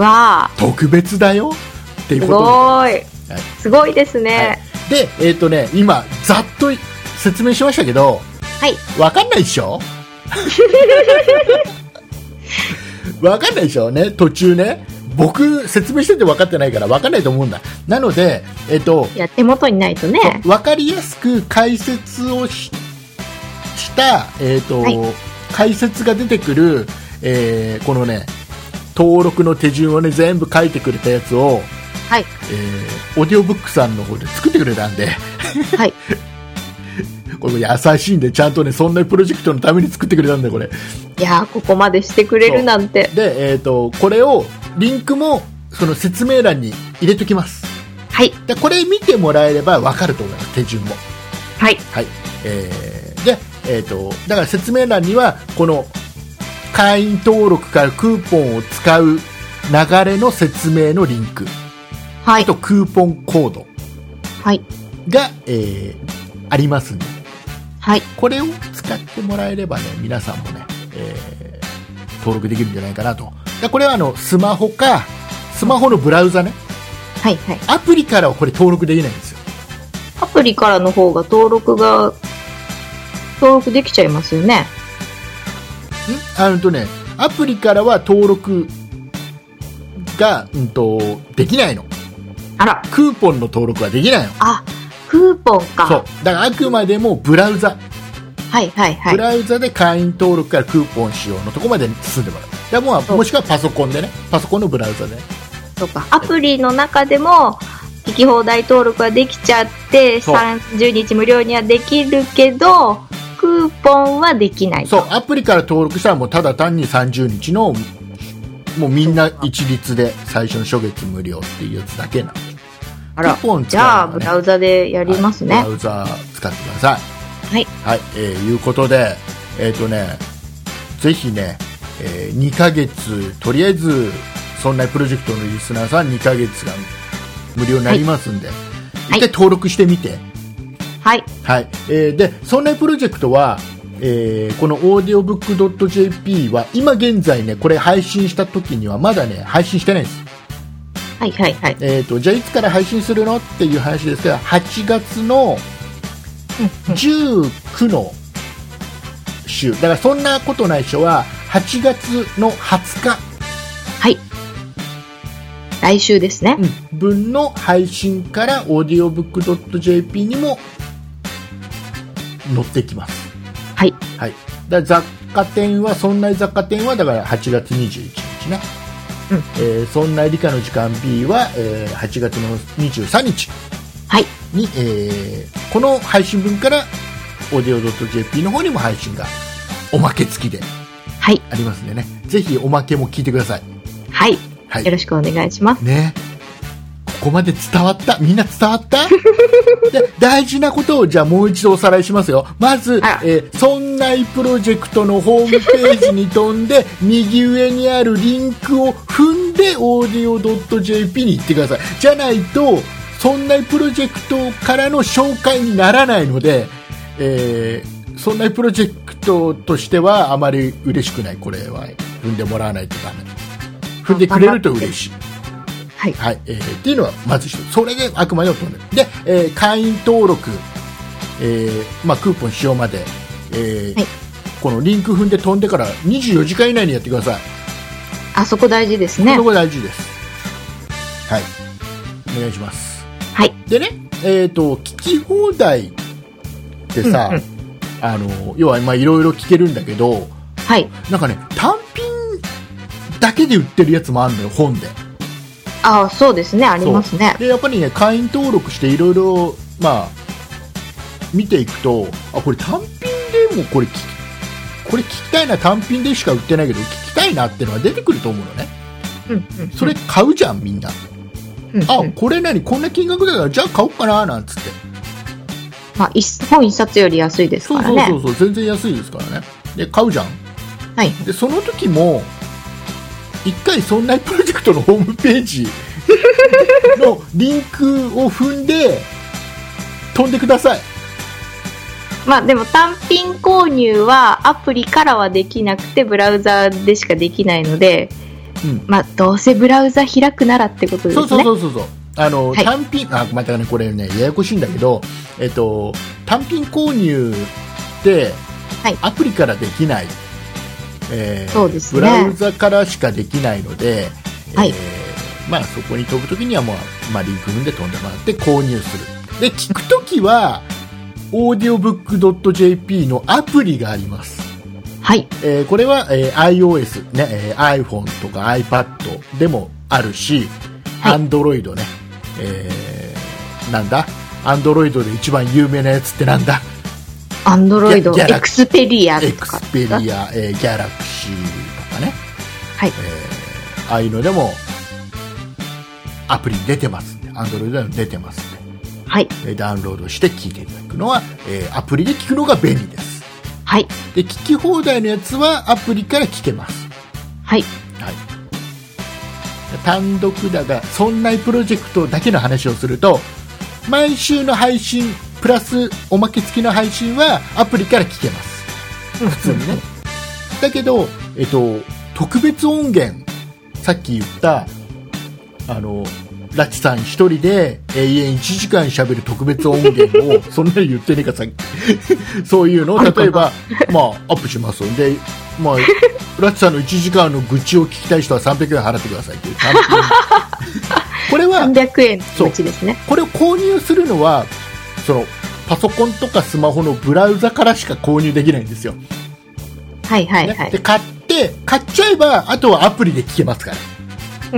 わあ。 特別だよっていうことで。 すごい。はい、すごいですね。 はい、で、今ざっと説明しましたけど、 はい。 わかんないでしょわかんないでしょね、途中ね。僕説明してて分かってないから分かんないと思うんだ。なので、 いや手元にないとね、 分かりやすく解説をした、はい、解説が出てくる、このね登録の手順をね全部書いてくれたやつを、 はい、 オーディオブックさんの方で作ってくれたんで、 はい、 これ優しいんでちゃんとねそんなプロジェクトのために作ってくれたんだこれ。 いやここまでしてくれるなんて。 で、これをリンクもその説明欄に入れときます。 はい。 でこれ見てもらえれば分かると思います、手順も。 はい。 はい。で、だから説明欄にはこの会員登録からクーポンを使う流れの説明のリンク、 はい、 あとクーポンコードが、ありますんで、 はい、 これを使ってもらえればね皆さんもね、登録できるんじゃないかなと。でこれはスマホのブラウザね、 はいはい、 アプリからはこれ登録できないんですよ。 アプリからの方が登録できちゃいますよね。 アプリからは登録が、できないの。 あら。 クーポンの登録はできないの。 あ、クーポンか。 そう。だからあくまでもブラウザ。 はいはいはい。 ブラウザで会員登録からクーポン使用のところまで進んでもらう。でもしくはパソコンでね。パソコンのブラウザでね。 そうか。アプリの中でも聞き放題登録はできちゃって30日無料にはできるけどクーポンはできない。 そう。アプリから登録したらもうただ単に30日のもうみんな一律で最初の初月無料っていうやつだけなんです。 あら、じゃあブラウザでやりますね。 はい、ブラウザ使ってください。 はい。 はい、いうことで、ぜひね、2ヶ月、とりあえず、そんなプロジェクトのリスナーさん2ヶ月が無料になりますんで、はい、一回登録してみて。 はい。 はい。で、そんなプロジェクトは、この audiobook.jp は今現在ね、これ配信した時にはまだね、配信してないです。 はいはいはい。 じゃあいつから配信するのっていう話ですけど、8月の19の週、だからそんなことない人は8月の20日。 はい。来週ですね。 分の配信から audiobook.jp にも載ってきます。はい。はい。だ雑貨店は、そんな雑貨店はだから8月21日ね。そんな理科の時間 B は、8月の23日はい。 に、この配信分から audio.jp の方にも配信がおまけ付きではい。 ありますんでね、ぜひおまけも聞いてください。 はい。 はい。 よろしくお願いします。 ね。ここまで伝わった？みんな伝わった？で、大事なことをじゃあもう一度おさらいしますよ。まず、そんないプロジェクトのホームページに飛んで右上にあるリンクを踏んで audio.jp に行ってください。じゃないとそんないプロジェクトからの紹介にならないので、そんないプロジェクトとしてはあまり嬉しくない。これは踏んでもらわないとダメ。踏んでくれると嬉しい。 はい。 はい。っていうのはまず一つ。それであくまでも飛んで。で、会員登録、まあ、クーポン使用まで、はい、このリンク踏んで飛んでから24時間以内にやってください。 あそこ大事ですね。 そこ大事です。はい。お願いします。 はい。 でね、聞き放題ってさ、要はまあいろいろ聞けるんだけど、 はい。 なんかね、単品だけで売ってるやつもあるのよ、本で。 ああ、そうですね、ありますね。 でやっぱりね、会員登録していろいろまあ見ていくと、あ、これ単品でもこれ聞きたいな、単品でしか売ってないけど聞きたいなっていうのが出てくると思うのね。それ買うじゃん、みんな。あ、これ何、こんな金額だからじゃあ買おうかななんつって。 まあ、本一冊より安いですからね。 そう全然安いですからね。で買うじゃん。 はい。 でその時も一回そんなプロジェクトのホームページのリンクを踏んで飛んでください。 まあでも単品購入はアプリからはできなくてブラウザでしかできないので、まあどうせブラウザ開くならってことですね。 そうはい、 単品、またねこれねややこしいんだけど、単品購入ってアプリからできない、 そうですね、 ブラウザからしかできないので、まあ、そこに飛ぶときにはもう、まあ、リンク踏んで飛んでもらって購入する。で聞くときはaudiobook.jp のアプリがあります。 はい。 これは、iOS、ね、iPhone とか iPad でもあるし、Android ね、なんだ Android で一番有名なやつってなんだ、 アンドロイド、エクスペリアとか。 エクスペリア、ギャラクシーとかね。 はい。 ああいうのでも、アプリに出てますんで、アンドロイドでも出てますんで。 はい。 ダウンロードして聞いていただくのは、アプリで聞くのが便利です。 はい。 で、聞き放題のやつはアプリから聞けます。 はい。 はい。単独だが、そんなプロジェクトだけの話をすると、毎週の配信、プラスおまけ付きの配信はアプリから聞けます。普通にね。だけど、特別音源、さっき言った、ラチさん一人で永遠1時間喋る特別音源を、そんなに言ってねえかさっき。そういうのを、例えば、まあ、アップしますんで、まあ、ラチさんの1時間の愚痴を聞きたい人は300円払ってくださいという単品。これは、 300円の愚痴ですね。 これを購入するのは、そのパソコンとかスマホのブラウザからしか購入できないんですよ。 はいはいはい。 で買っちゃえばあとはアプリで聞けますから、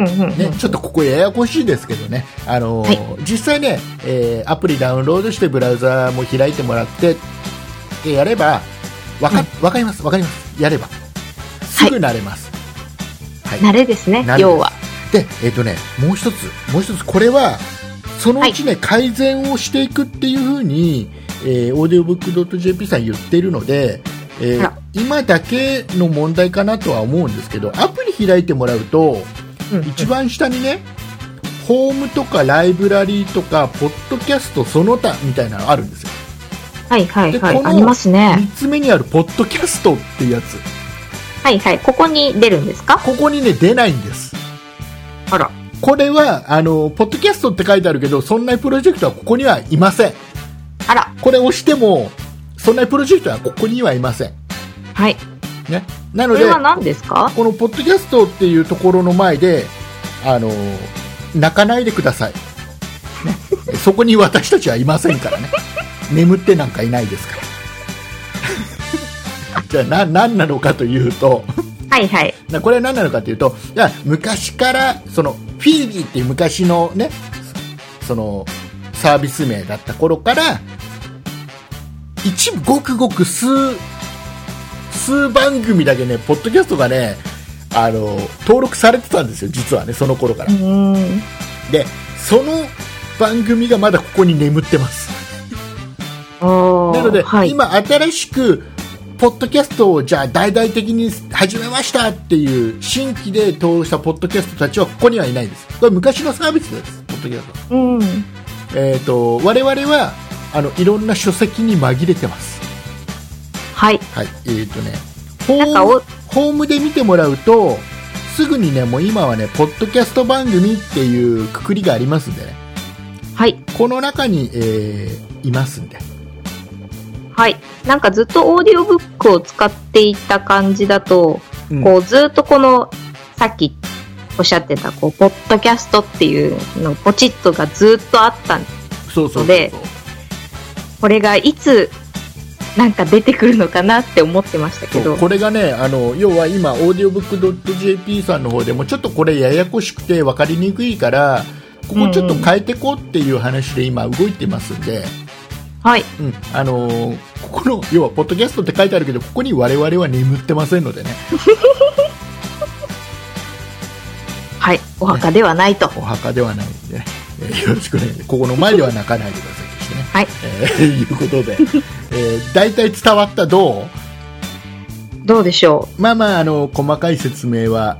ね、ちょっとここややこしいですけどね、実際ね、アプリダウンロードしてブラウザも開いてもらってやればわかりますやればすぐ慣れます、 慣れですね、要は。 でもう一つこれはそのうちね、改善をしていくっていう風に、audiobook.jp さん言っているので、今だけの問題かなとは思うんですけど、アプリ開いてもらうと、一番下にね、ホームとかライブラリーとかポッドキャストその他みたいなのあるんですよ。 はいはいはい、ありますね。 3つ目にあるポッドキャストっていうやつ、 はいはい、ここに出るんですか？ ここにね出ないんです。 あら、 これはポッドキャストって書いてあるけど、そんなプロジェクトはここにはいません。 あら、 これ押してもそんなプロジェクトはここにはいません。 はい。 ね、なのでこれは何ですか？ このポッドキャストっていうところの前で泣かないでください、ね、そこに私たちはいませんからね。眠ってなんかいないですからじゃあ何なのかというとはいはい、 これは何なのかというと、昔からそのフィービーっていう昔のね、そのサービス名だった頃から一部ごくごく数番組だけねポッドキャストがね登録されてたんですよ、実はね、その頃から。でその番組がまだここに眠ってます。なので、はい、今新しくポッドキャストをじゃあ大々的に始めましたっていう新規で登録したポッドキャストたちはここにはいないです。これ昔のサービスです、ポッドキャスト。我々はいろんな書籍に紛れてます。 はい、 はい、ホームで見てもらうとすぐにね、もう今はねポッドキャスト番組っていうくくりがありますんでね、 はい、 この中に、いますんで、 はい、なんかずっとオーディオブックを使っていた感じだと、こうずっとこのさっきおっしゃってたこうポッドキャストっていうのポチッとがずっとあったので、これがいつなんか出てくるのかなって思ってましたけど、 これがね要は今オーディオブック .jp さんの方でもちょっとこれややこしくて分かりにくいからここちょっと変えてこうっていう話で今動いてますんで、 はい、 ここの要はポッドキャストって書いてあるけどここに我々は眠ってませんのでねはい、お墓ではないと、 お墓ではないんで、ね、よろしくね、ここの前では泣かないでくださいとしてね、 はい、 いうことで、大体伝わった？どうでしょう？まあまあ細かい説明は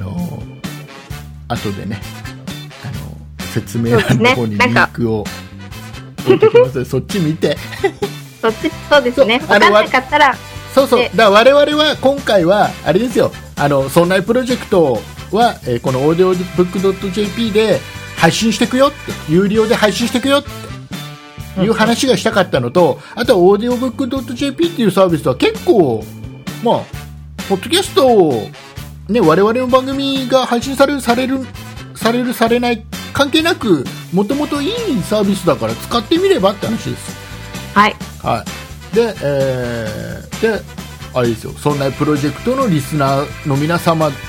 後でね説明欄の方にリンクを置いてきますので、そっち見てそうですね、分かんなかったらだから我々は今回はあれですよ、そんなプロジェクトは、このオーディオブック .jp で配信していくよって、有料で配信していくよっていう話がしたかったのと、あとはオーディオブック .jp っていうサービスは結構まあポッドキャストをね、我々の番組が配信されるされない関係なくもともといいサービスだから使ってみればって話です。 はい、 はい、であれですよ、そんなプロジェクトのリスナーの皆様は、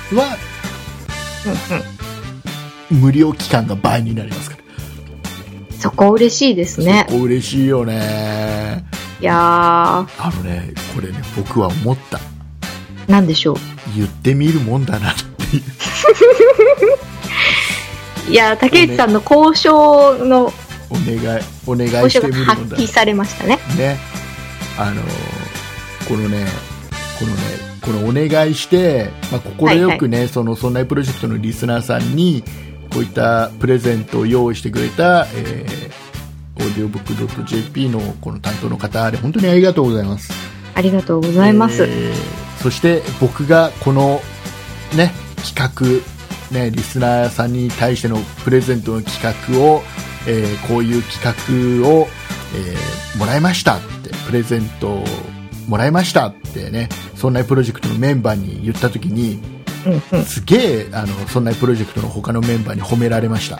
無料期間が倍になりますから、 そこ嬉しいですね。 そこ嬉しいよね。 いやこれね僕は思った。 なんでしょう、 言ってみるもんだなっていういや竹内さんの交渉のお願いしてみるもんだな、 発揮されましたね。 このお願いして、心よくね、そんなプロジェクトのリスナーさんにこういったプレゼントを用意してくれた、オーディオブック .jp のこの担当の方で本当にありがとうございます。 ありがとうございます。 そして僕がこのね企画ね、リスナーさんに対してのプレゼントの企画を、こういう企画を、もらいましたって、プレゼントをもらいましたってね、そんなプロジェクトのメンバーに言った時に、すげえそんなプロジェクトの他のメンバーに褒められました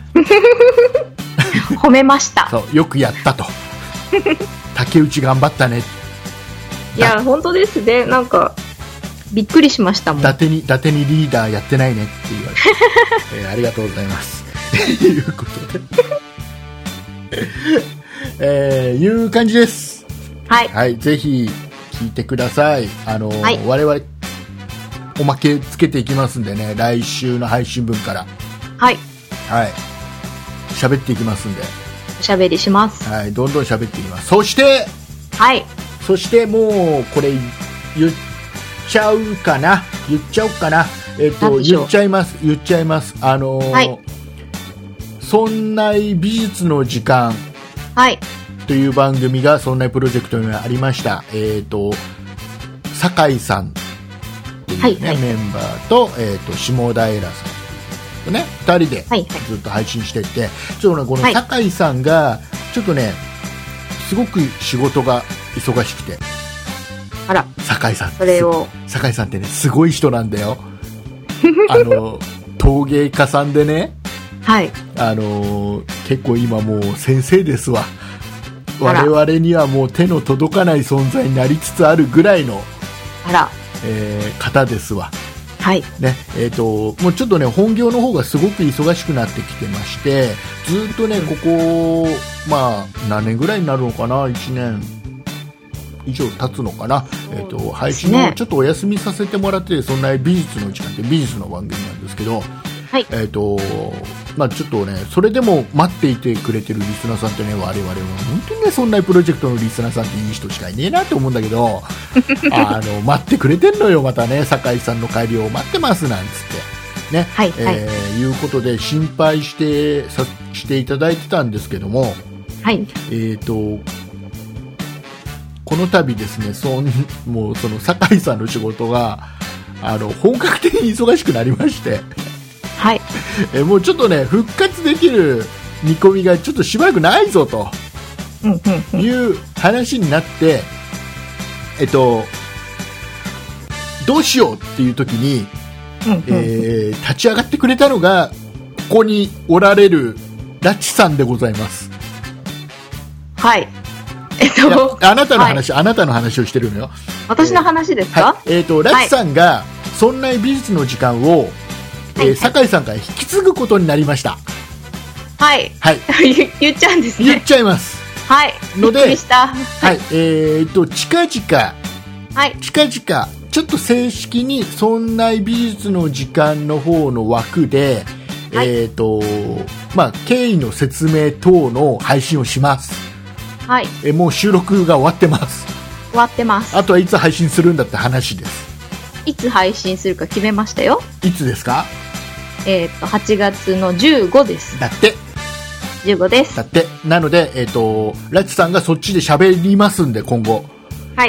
褒めました。 そう、よくやったと竹内頑張ったね。 いや本当ですね、なんかびっくりしましたもん。 伊達にリーダーやってないねって言われて、ありがとうございますということでいう感じです。 はい、 はい、ぜひ聞いてください。 はい、 我々おまけつけていきますんでね、来週の配信分からはい喋っていきますんで、 おしゃべりします。 はい、どんどん喋っていきます。そしてもうこれ言っちゃおうかな。言っちゃいます。そんな美術の時間という番組がそんなプロジェクトにありました。酒井さんっていうね、メンバーと、下平さんとね、2人でずっと配信していて、ちょっとね、この酒井さんがちょっとね、すごく仕事が忙しくて、 あら、 酒井さん、 酒井さんってね、すごい人なんだよ。陶芸家さんでね、 はい、 結構今もう先生ですわ。我々にはもう手の届かない存在になりつつあるぐらいの、方ですわ。 はい。 ね、もうちょっとね、本業の方がすごく忙しくなってきてまして、ずっとね、ここ、まあ、何年ぐらいになるのかな、1年以上経つのかな、配信をちょっとお休みさせてもらって、そんな美術の時間って美術の番組なんですけど、 はい。 まあ、ちょっとね、それでも待っていてくれてるリスナーさんってね、我々は本当にね、そんなプロジェクトのリスナーさんっていい人しかいねえなって思うんだけど、待ってくれてんのよ、またね、酒井さんの帰りを待ってますなんつって。ね、 はいはいいうことで心配していただいてたんですけども、 はい。 この度ですね、もうその酒井さんの仕事が本格的に忙しくなりまして、 はい。 もうちょっとね、復活できる見込みがちょっとしばらくないぞという話になって、どうしようっていう時に、立ち上がってくれたのがここにおられるラチさんでございます。 はい。 あなたの話、はい、あなたの話をしてるのよ。 私の話ですか？ はい、ラチさんが、そんな美術の時間を、酒井さんから引き継ぐことになりました。 はい。 はい。 言っちゃうんですね。 言っちゃいます。 はい。 ので、 びっくりした。 はい。近々、 はい。 近々、ちょっと正式に、そんな美術の時間の方の枠で、はい、まあ、経緯の説明等の配信をします。 はい。 もう収録が終わってます。 終わってます。 あとはいつ配信するんだって話です。 いつ配信するか決めましたよ。 いつですか ？8月の15です。 だって。 15です。 だって。なので、ラチさんがそっちで喋りますんで、今後。 はい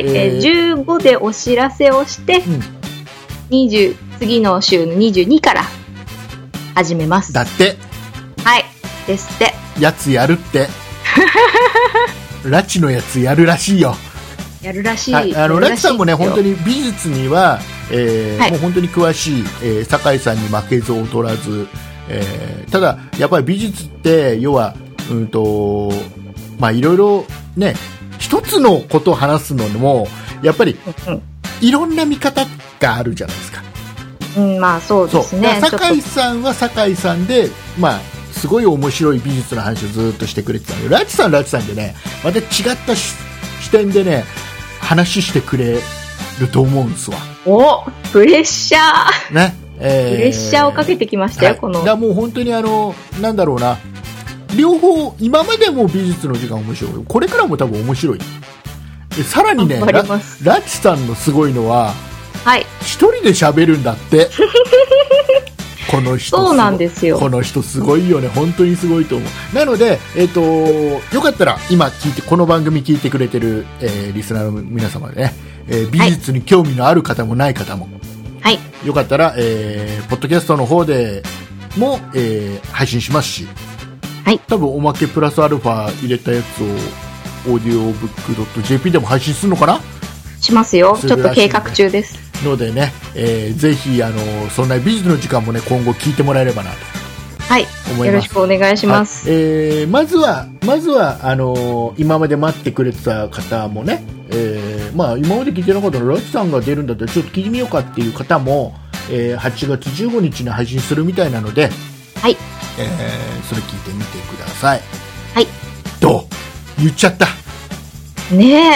。15でお知らせをして、次の週の22から始めます。 だって。 はい。ですって。 やつやるって。ラチのやつやるらしいよ。 やるらしい。 はい、ラチさんもね、本当に美術には、はい、もう本当に詳しい、酒井さんに負けず劣らず、ただやっぱり美術って要は、まあいろいろね、一つのことを話すのもやっぱり、いろんな見方があるじゃないですか。 まあそうですね。 酒井さんは酒井さんで、まあすごい面白い美術の話をずっとしてくれてたので、ラチさんでね、また違った視点でね、話してくれると思うんですわ。 お、プレッシャー。 ね。 プレッシャーをかけてきましたよ、はい、この。 だもう本当になんだろうな、両方、今までも美術の時間面白い。これからも多分面白い。でさらにね、ラチさんのすごいのは、 はい。 一人で喋るんだって。この人。 そうなんですよ。 この人すごいよね。本当にすごいと思う。なので、よかったら今この番組聞いてくれてる、リスナーの皆様でね、美術に興味のある方もない方も、 はい。 よかったら、ポッドキャストの方でも、配信しますし、 はい。 多分おまけプラスアルファ入れたやつを、オーディオブック .jp でも配信するのかな？しますよ。ちょっと計画中です。 のでね、ぜひそんな美術の時間もね、今後聞いてもらえればなと。 はい。よろしくお願いします。 はい、まずは今まで待ってくれてた方もね、まあ今まで聞いてなかったのラチさんが出るんだったらちょっと聞いてみようかっていう方も、8月15日に配信するみたいなので、 はい。 それ聞いてみてください。 はい。 どう？言っちゃった。 ねえ。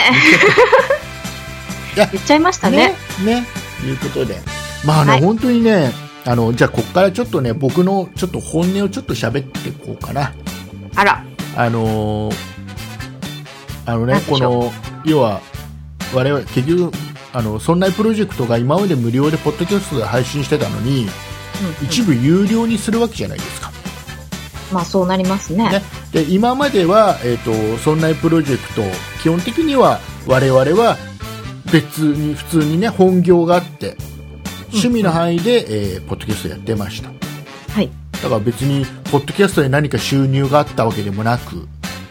言っちゃいましたね。 ね。いうことで、まあはい、本当にね、じゃあここからちょっとね、僕のちょっと本音をちょっと喋っていこうかな。 あら。 この要は我々結局そんなプロジェクトが今まで無料でポッドキャストで配信してたのに、一部有料にするわけじゃないですか。 まあそうなりますね。 で今まではそんなプロジェクト基本的には我々は別に普通にね本業があって趣味の範囲で、ポッドキャストやってました。 はい。 だから別にポッドキャストで何か収入があったわけでもなく、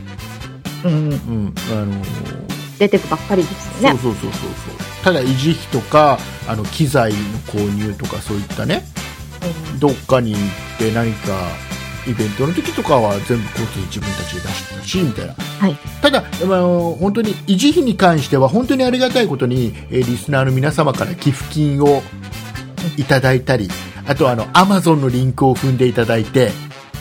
出てくばっかりですよね。 そうただ維持費とか機材の購入とかそういったね、どっかに行って何かイベントの時とかは全部交通自分たちで出してたしみたいな、 はい、 ただ本当に維持費に関しては本当にありがたいことに、リスナーの皆様から寄付金をいただいたり、あとAmazon のリンクを踏んでいただいて、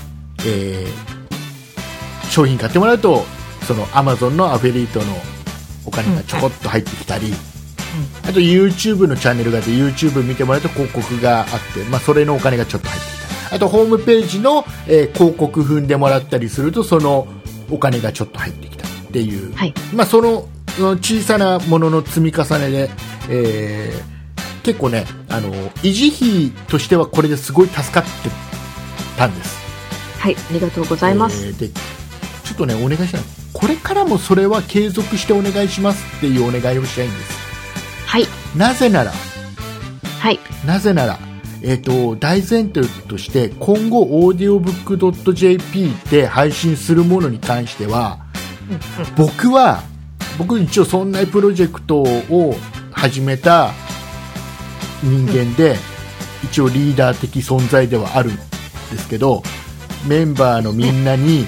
商品買ってもらうとその Amazon のアフィリエイトのお金がちょこっと入ってきたり、あと YouTube のチャンネルがあって YouTube 見てもらうと広告があって、それのお金がちょっと入ってきたり、あとホームページの、広告踏んでもらったりするとそのお金がちょっと入ってきたりっていう、その小さなものの積み重ねで、結構ね維持費としてはこれですごい助かってたんです。 はい、ありがとうございます。 でちょっとねお願いしたい、これからもそれは継続してお願いしますっていうお願いをしたいんです。 はい。 なぜなら、 はい。 なぜなら、大前提として今後 audiobook.jp で配信するものに関しては、僕一応そんなプロジェクトを始めた人間で、一応リーダー的存在ではあるんですけど、メンバーのみんなに、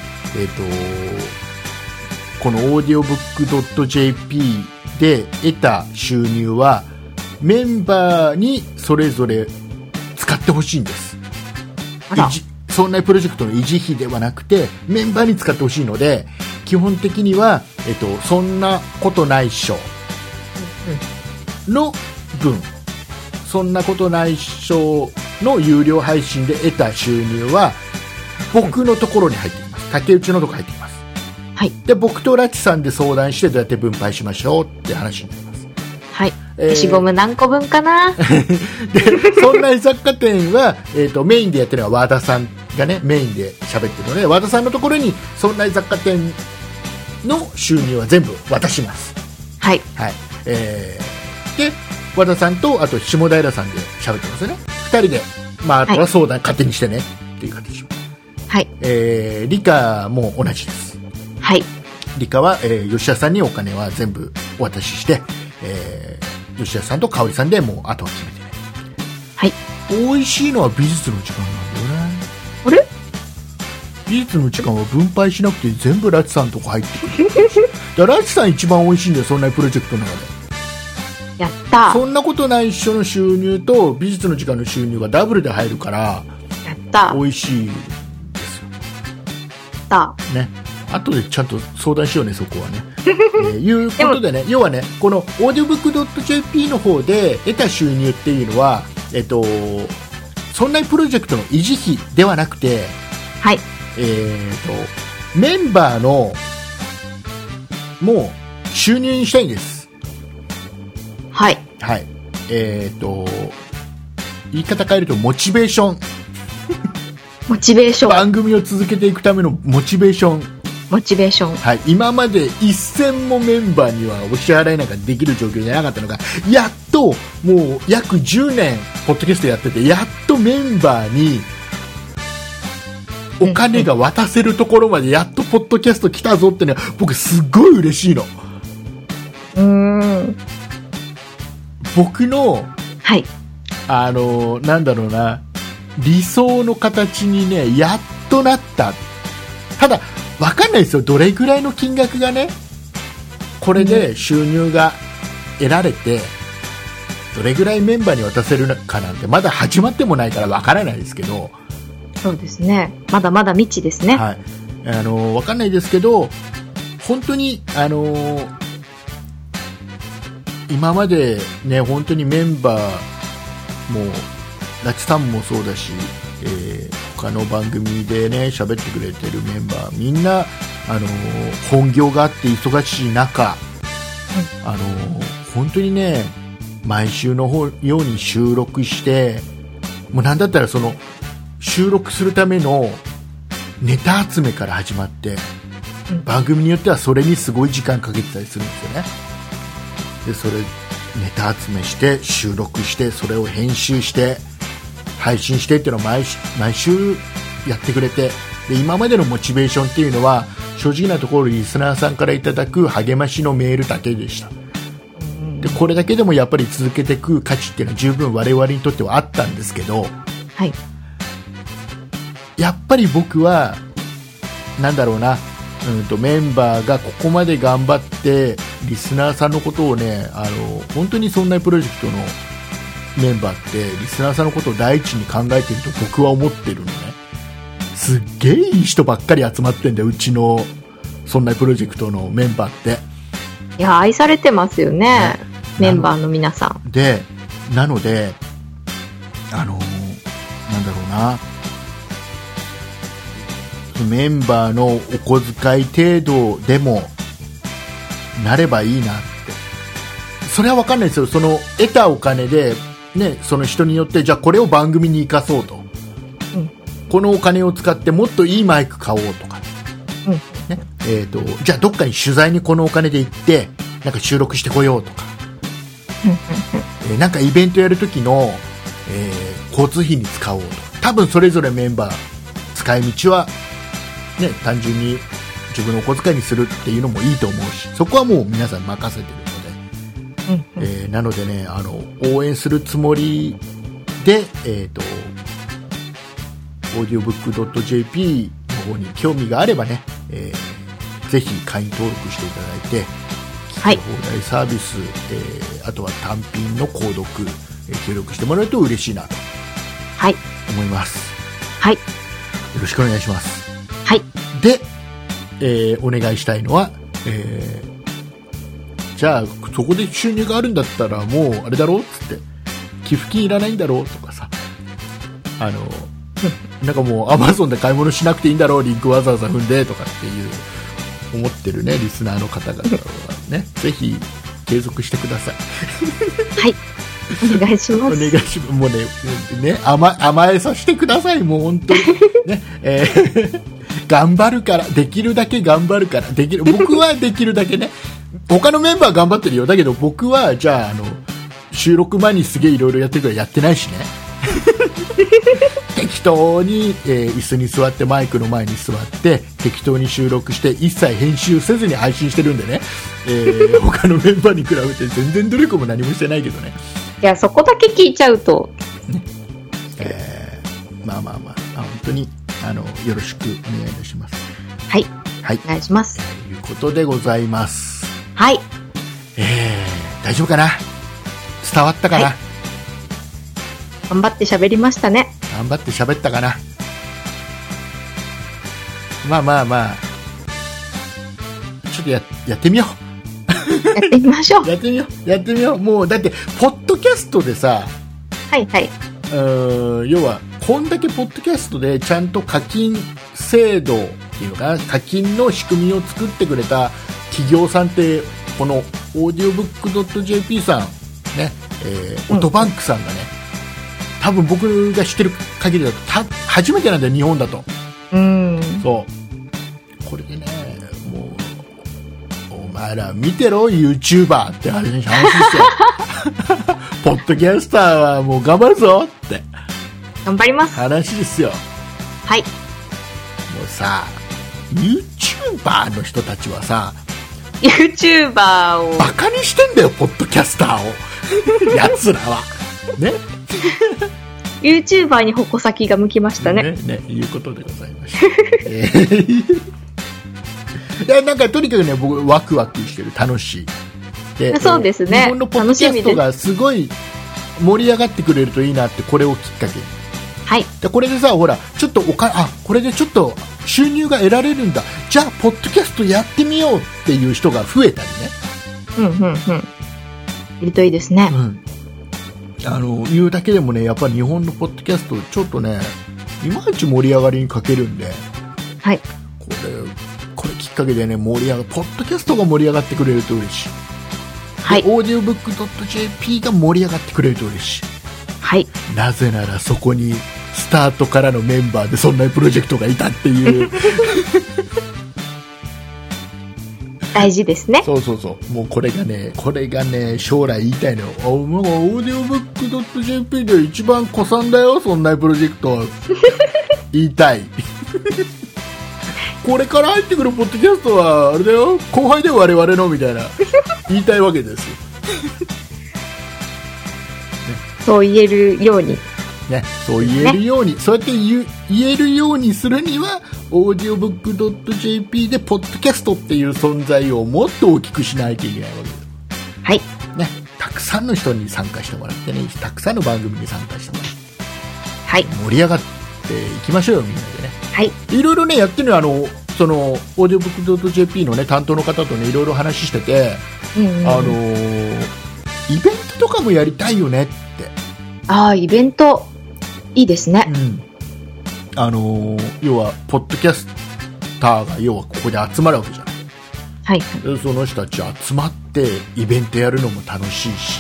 この audiobook.jp で得た収入はメンバーにそれぞれ使ってほしいんです。そんなプロジェクトの維持費ではなくてメンバーに使ってほしいので、基本的には、そんなことないっしょの分、そんなことないっしょの有料配信で得た収入は僕のところに入っています。竹内のところに入っています。 はい。 で、僕とラチさんで相談してどうやって分配しましょうって話になります。 はい。消しゴム何個分かなで、 そんな雑貨店は、メインでやってるのは和田さんがね、メインで喋ってるので、和田さんのところにそんな雑貨店の収入は全部渡します。 はい。 はい。で、和田さんと、あと下平さんで喋ってますよね。二人で、あとは相談勝手にしてねっていう形。 はい。 理科も同じです。 はい。 理科は、吉田さんにお金は全部お渡しして、吉田さんと香織さんでもうあとは決めてね。 はい。 美味しいのは美術の時間なんだよね。 あれ？ 美術の時間は分配しなくて全部ラチさんのとこ入ってくる。だからラチさん一番美味しいんだよ、そんなプロジェクトの中で。 やったー。 そんなことない一緒の収入と美術の時間の収入がダブルで入るから、 やった美味しい。ね、後でちゃんと相談しようね、そこはね。いうことでね、要はね、この audiobook.jp の方で得た収入っていうのは、そんなプロジェクトの維持費ではなくて、 はい。 メンバーのもう収入にしたいんです。 はい。 はい。言い方変えるとモチベーション。 モチベーション。 番組を続けていくためのモチベーション。 モチベーション。 はい。今まで一銭もメンバーにはお支払いなんかできる状況じゃなかったのが、やっともう約10年ポッドキャストやってて、やっとメンバーにお金が渡せるところまでやっとポッドキャスト来たぞってね、僕すっごい嬉しいの。僕の、 はい。 なんだろうな、理想の形にね、やっとなった。ただ、わかんないですよ。どれぐらいの金額がね、これで収入が得られて、どれぐらいメンバーに渡せるかなんて、まだ始まってもないからわからないですけど。 そうですね。まだまだ未知ですね。 はい。わかんないですけど、本当に、今までね、本当にメンバーも、ラチさんもそうだし、他の番組でね喋ってくれてるメンバーみんな本業があって忙しい中、本当にね毎週のように収録して、もうなんだったらその収録するためのネタ集めから始まって、番組によってはそれにすごい時間かけてたりするんですよね。でそれネタ集めして収録してそれを編集して配信してっていうのを毎週やってくれて、で今までのモチベーションっていうのは正直なところリスナーさんからいただく励ましのメールだけでした。でこれだけでもやっぱり続けていく価値っていうのは十分我々にとってはあったんですけど、 はい、 やっぱり僕はなんだろうな、メンバーがここまで頑張ってリスナーさんのことをね、本当にそんなプロジェクトのメンバーってリスナーさんのことを第一に考えていると僕は思ってるのね。すっげえいい人ばっかり集まってんだよ、うちのそんなプロジェクトのメンバーって。 いや、愛されてますよね、メンバーの皆さん。 で、なのでなんだろうな、メンバーのお小遣い程度でもなればいいなって。それは分かんないですよ。その得たお金で、ね、その人によってじゃあこれを番組に生かそうと、うん、このお金を使ってもっといいマイク買おうとか、うんね、じゃあどっかに取材にこのお金で行ってなんか収録してこようとか、なんかイベントやる時の、交通費に使おうとか、多分それぞれメンバー使い道は、ね、単純に自分のお小遣いにするっていうのもいいと思うし、そこはもう皆さん任せてるので、なのでね、応援するつもりで、audiobook.jp の方に興味があればね、ぜひ会員登録していただいて、 はい、 聞き放題サービス、あとは単品の購読、協力してもらえると嬉しいなと思います。 はい、よろしくお願いします。 はい。 で、お願いしたいのは、じゃあそこで収入があるんだったらもうあれだろうっつって、寄付金いらないんだろうとかさ、なんかもうアマゾンで買い物しなくていいんだろう、リンクわざわざ踏んでとかっていう思ってるねリスナーの方々はねぜひ継続してください。 はい、お願いします。 お願いします。もうね甘えさせてください。もう本当にね、頑張るから、できるだけ頑張るから、僕はできるだけね、他のメンバー頑張ってるよ。だけど僕はじゃあ収録前にすげえいろいろやってるからやってないしね。適当に、椅子に座ってマイクの前に座って適当に収録して一切編集せずに配信してるんでね、他のメンバーに比べて全然努力も何もしてないけどね。 いや、そこだけ聞いちゃうと、 まあ本当によろしくお願いいたします。 はい、はい、お願いします。 ということでございます。 はい、 大丈夫かな、伝わったかな、はい、 頑張って喋りましたね。 頑張って喋ったかな。まあちょっとやってみよう。 やってみましょう。 やってみよう。もうだってポッドキャストでさ、 はいはい、 要はこんだけポッドキャストでちゃんと課金制度っていうのかな、課金の仕組みを作ってくれた企業さんってこの audiobook.jp さんね、オトバンクさんがね、多分僕が知ってる限りだと初めてなんだよ、日本だと。そうこれでね、もうお前ら見てろ YouTuber って話ですよ。ポッドキャスターはもう頑張るぞって頑張ります話ですよ。 はい。もうさ YouTuber の人たちはさ YouTuber をバカにしてんだよ、ポッドキャスターを。やつらはね。 YouTuber に矛先が向きましたね。 ね、いうことでございました。いや、なんかとにかくね、僕ワクワクしてる、楽しい。で、 そうですね。 日本のポッドキャストがすごい盛り上がってくれるといいなって、これをきっかけに。 はい。 でこれでさ、ほら、ちょっとこれでちょっと収入が得られるんだ。じゃあポッドキャストやってみようっていう人が増えたりね。 いるといいですね。 言うだけでもね、やっぱり日本のポッドキャストちょっとね、いまいち盛り上がりに欠けるんで、 はい。 これきっかけでね、ポッドキャストが盛り上がってくれると嬉しい。 はい。 audiobook.jp が盛り上がってくれると嬉しい。 はい。 なぜならそこにスタートからのメンバーでそんなプロジェクトがいたっていう。 大事ですね。 そうもうこれがね将来言いたいのよ。audiobook.jp で一番古参だよ、そんなプロジェクト。言いたい。これから入ってくるポッドキャストはあれだよ、後輩で我々のみたいな言いたいわけですよ。 そう言えるように。 ね、そう言えるように、そうやって言えるようにするには audiobook.jp でポッドキャストっていう存在をもっと大きくしないといけないわけです。 はい。 ね、たくくさんの人に参加してもらってね、たくさんの番組に参加してもらって、 はい。 盛り上がっていきましょうよ、みんなでね。 はい。 いろいろね、やってるのは、その、オーディオブック .jp のね、担当の方とね、いろいろ話してて、イベントとかもやりたいよねって。 ああ、イベント、いいですね。 要は、ポッドキャスターが、要はここで集まるわけじゃない。 はい。 その人たち集まってイベントやるのも楽しいし、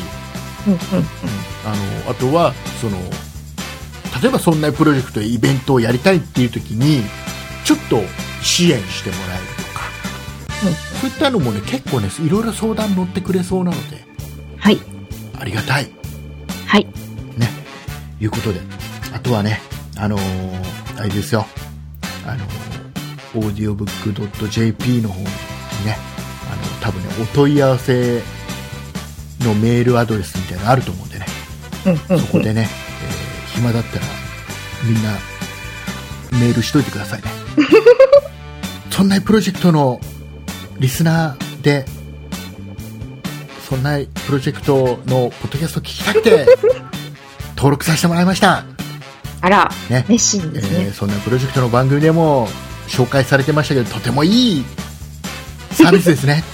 あとは例えばそんなプロジェクトでイベントをやりたいっていう時にちょっと支援してもらえるとか、そういったのもね結構ねいろいろ相談乗ってくれそうなので、 はい、 ありがたい、 はいね、いうことで、あとはねあれですよ、オーディオブック .jp の方にね、多分ねお問い合わせのメールアドレスみたいなのあると思うんでね、そこでね、暇だったらみんなメールしといてくださいねそんなプロジェクトのリスナーでそんなプロジェクトのポッドキャスト聞きたくて登録させてもらいました。 あら、 ね、 熱心ですね。 そんなプロジェクトの番組でも紹介されてましたけど、とてもいいサービスですね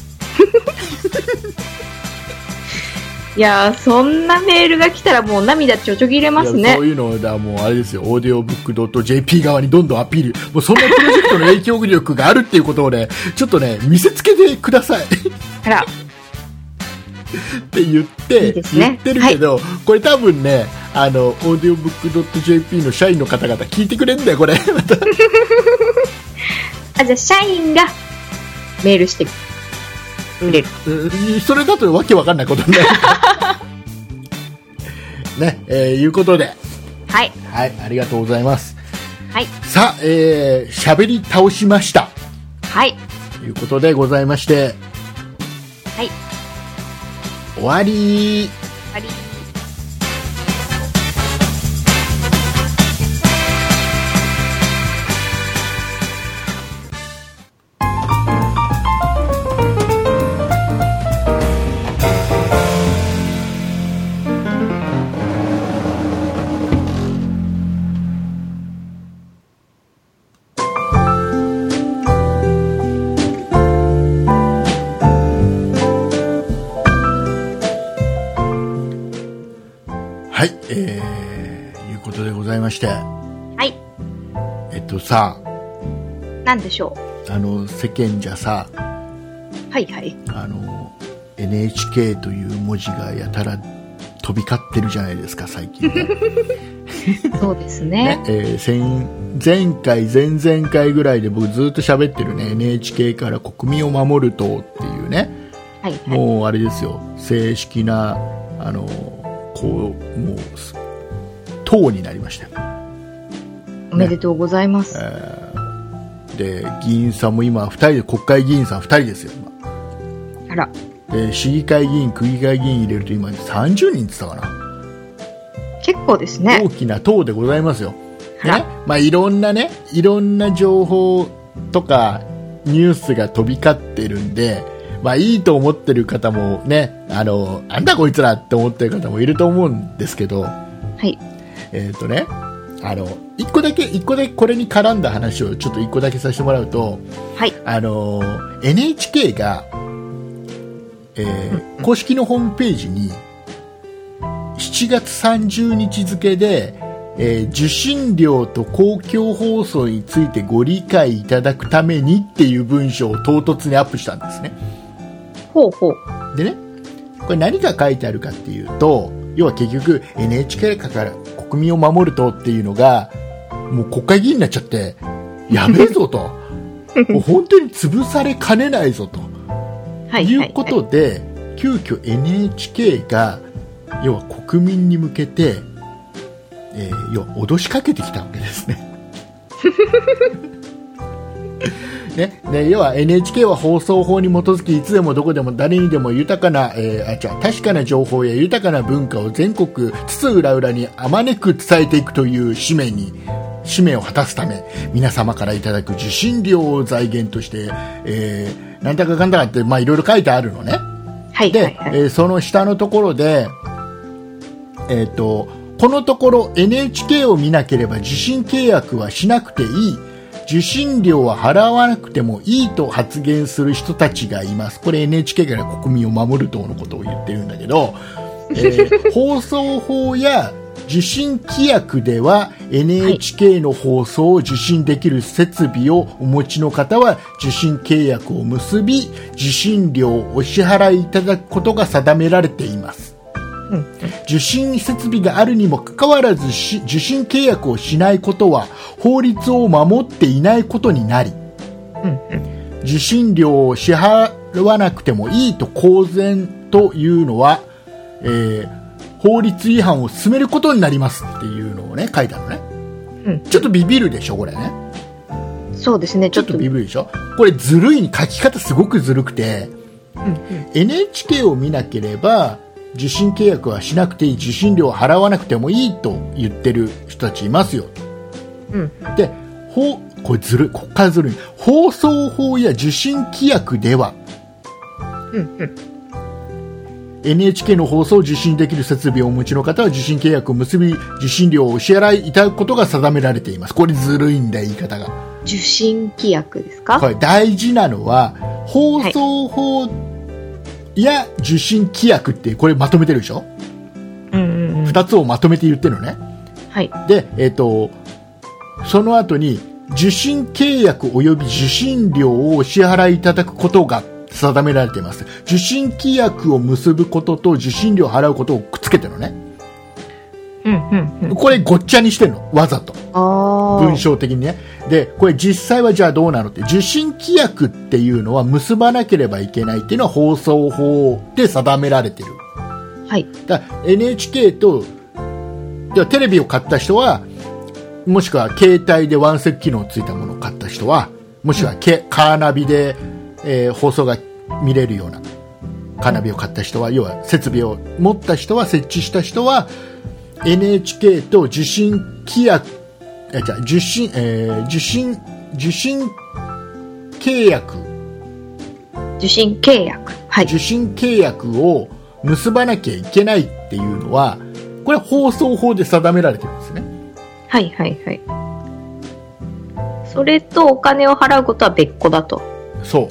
いやー、そんなメールが来たらもう涙ちょちょぎれますね。 そういうのだ、もうあれですよ、オーディオブック .jp 側にどんどんアピール、もうそんなプロジェクトの影響力があるっていうことをね、ちょっとね、見せつけてくださいあらって言っていいですね、 言ってるけど、はい、これ多分ね、オーディオブック .jp の社員の方々聞いてくれるんだよ、これまたあ、じゃあ社員がメールしてくれる、 それだとわけわかんないことになるね、いうことで、 はい、 はい、ありがとうございます。 はい、 さあ、喋り倒しました。 はい、 ということでございまして、 はい、 終わり。 終わり。 いうことでございまして、 はい。 さ、 なんでしょう。世間じゃさ、 はいはい。 NHK という文字がやたら飛び交ってるじゃないですか、最近ね。 そうですね。 前回、前々回ぐらいで僕ずっと喋ってるね、NHK から国民を守る党っていうね、 はいはい、 もうあれですよ、正式な、もう、党になりましたよ。 おめでとうございます。 で、議員さんも今2人で、国会議員さん2人ですよ、今。 あら。 で、市議会議員、区議会議員入れると今30人って言ってたかな。 結構ですね。 大きな党でございますよ。 ね、 まあいろんな情報とかニュースが飛び交ってるんで、まあいいと思ってる方もね、なんだこいつらって思ってる方もいると思うんですけど、 はい。 一個だけこれに絡んだ話をちょっと一個だけさせてもらうと、 はい。 NHK が、公式のホームページに7月30日付で、受信料と公共放送についてご理解いただくためにっていう文章を唐突にアップしたんですね。 ほうほう。 でね、これ何が書いてあるかっていうと、要は結局 NHK から国民を守る党っていうのがもう国会議員になっちゃってやべえぞともう本当に潰されかねないぞと、いうことで、急遽 NHK が要は国民に向けて、要は脅しかけてきたわけですね。ね、要は NHK は放送法に基づきいつでもどこでも誰にでも豊かな、確かな情報や豊かな文化を全国津々浦々にあまねく伝えていくという使命を果たすため、皆様からいただく受信料を財源として、なんだかかんだかって、まあいろいろ書いてあるのね。 はいで、 はいはい。 その下のところで、このところ NHK を見なければ受信契約はしなくていい、受信料は払わなくてもいいと発言する人たちがいます。これ NHK から国民を守る党のことを言ってるんだけど、放送法や受信規約では NHK の放送を受信できる設備をお持ちの方は受信契約を結び、受信料をお支払いいただくことが定められています。受信設備があるにもかかわらず受信契約をしないことは法律を守っていないことになり、受信料を支払わなくてもいいと公然というのは、法律違反を進めることになりますっていうのをね書いたのね、ちょっとビビるでしょこれね。 そうですね、 ちょっとビビるでしょ。これずるいに書き方すごくずるくて、NHK を見なければ受信契約はしなくていい、受信料を払わなくてもいいと言ってる人たちいますよ、でこれずるい、こっからずるい。放送法や受信規約では、NHK の放送を受信できる設備をお持ちの方は受信契約を結び受信料をお支払いいただくことが定められています。これずるいんだよ言い方が。 受信規約ですか？ これ大事なのは放送法や受信規約ってこれまとめてるでしょ、2つをまとめて言ってるのね、で、その後に受信契約及び受信料をお支払いいただくことが定められています。受信規約を結ぶことと受信料を払うことをくっつけてるのね、これごっちゃにしてるのわざと文章的にね。でこれ実際はじゃあどうなのって、受信規約っていうのは結ばなければいけないっていうのは放送法で定められてる、だから NHK とテレビを買った人は、もしくは携帯でワンセック機能ついたものを買った人は、もしくはカーナビで放送が見れるようなカーナビを買った人は、要は設備を持った人は、設置した人は NHK と受信契約受信契約受信契約を結ばなきゃいけないっていうのは、これは放送法で定められてるんですね。 それとお金を払うことは別個だと。 そう。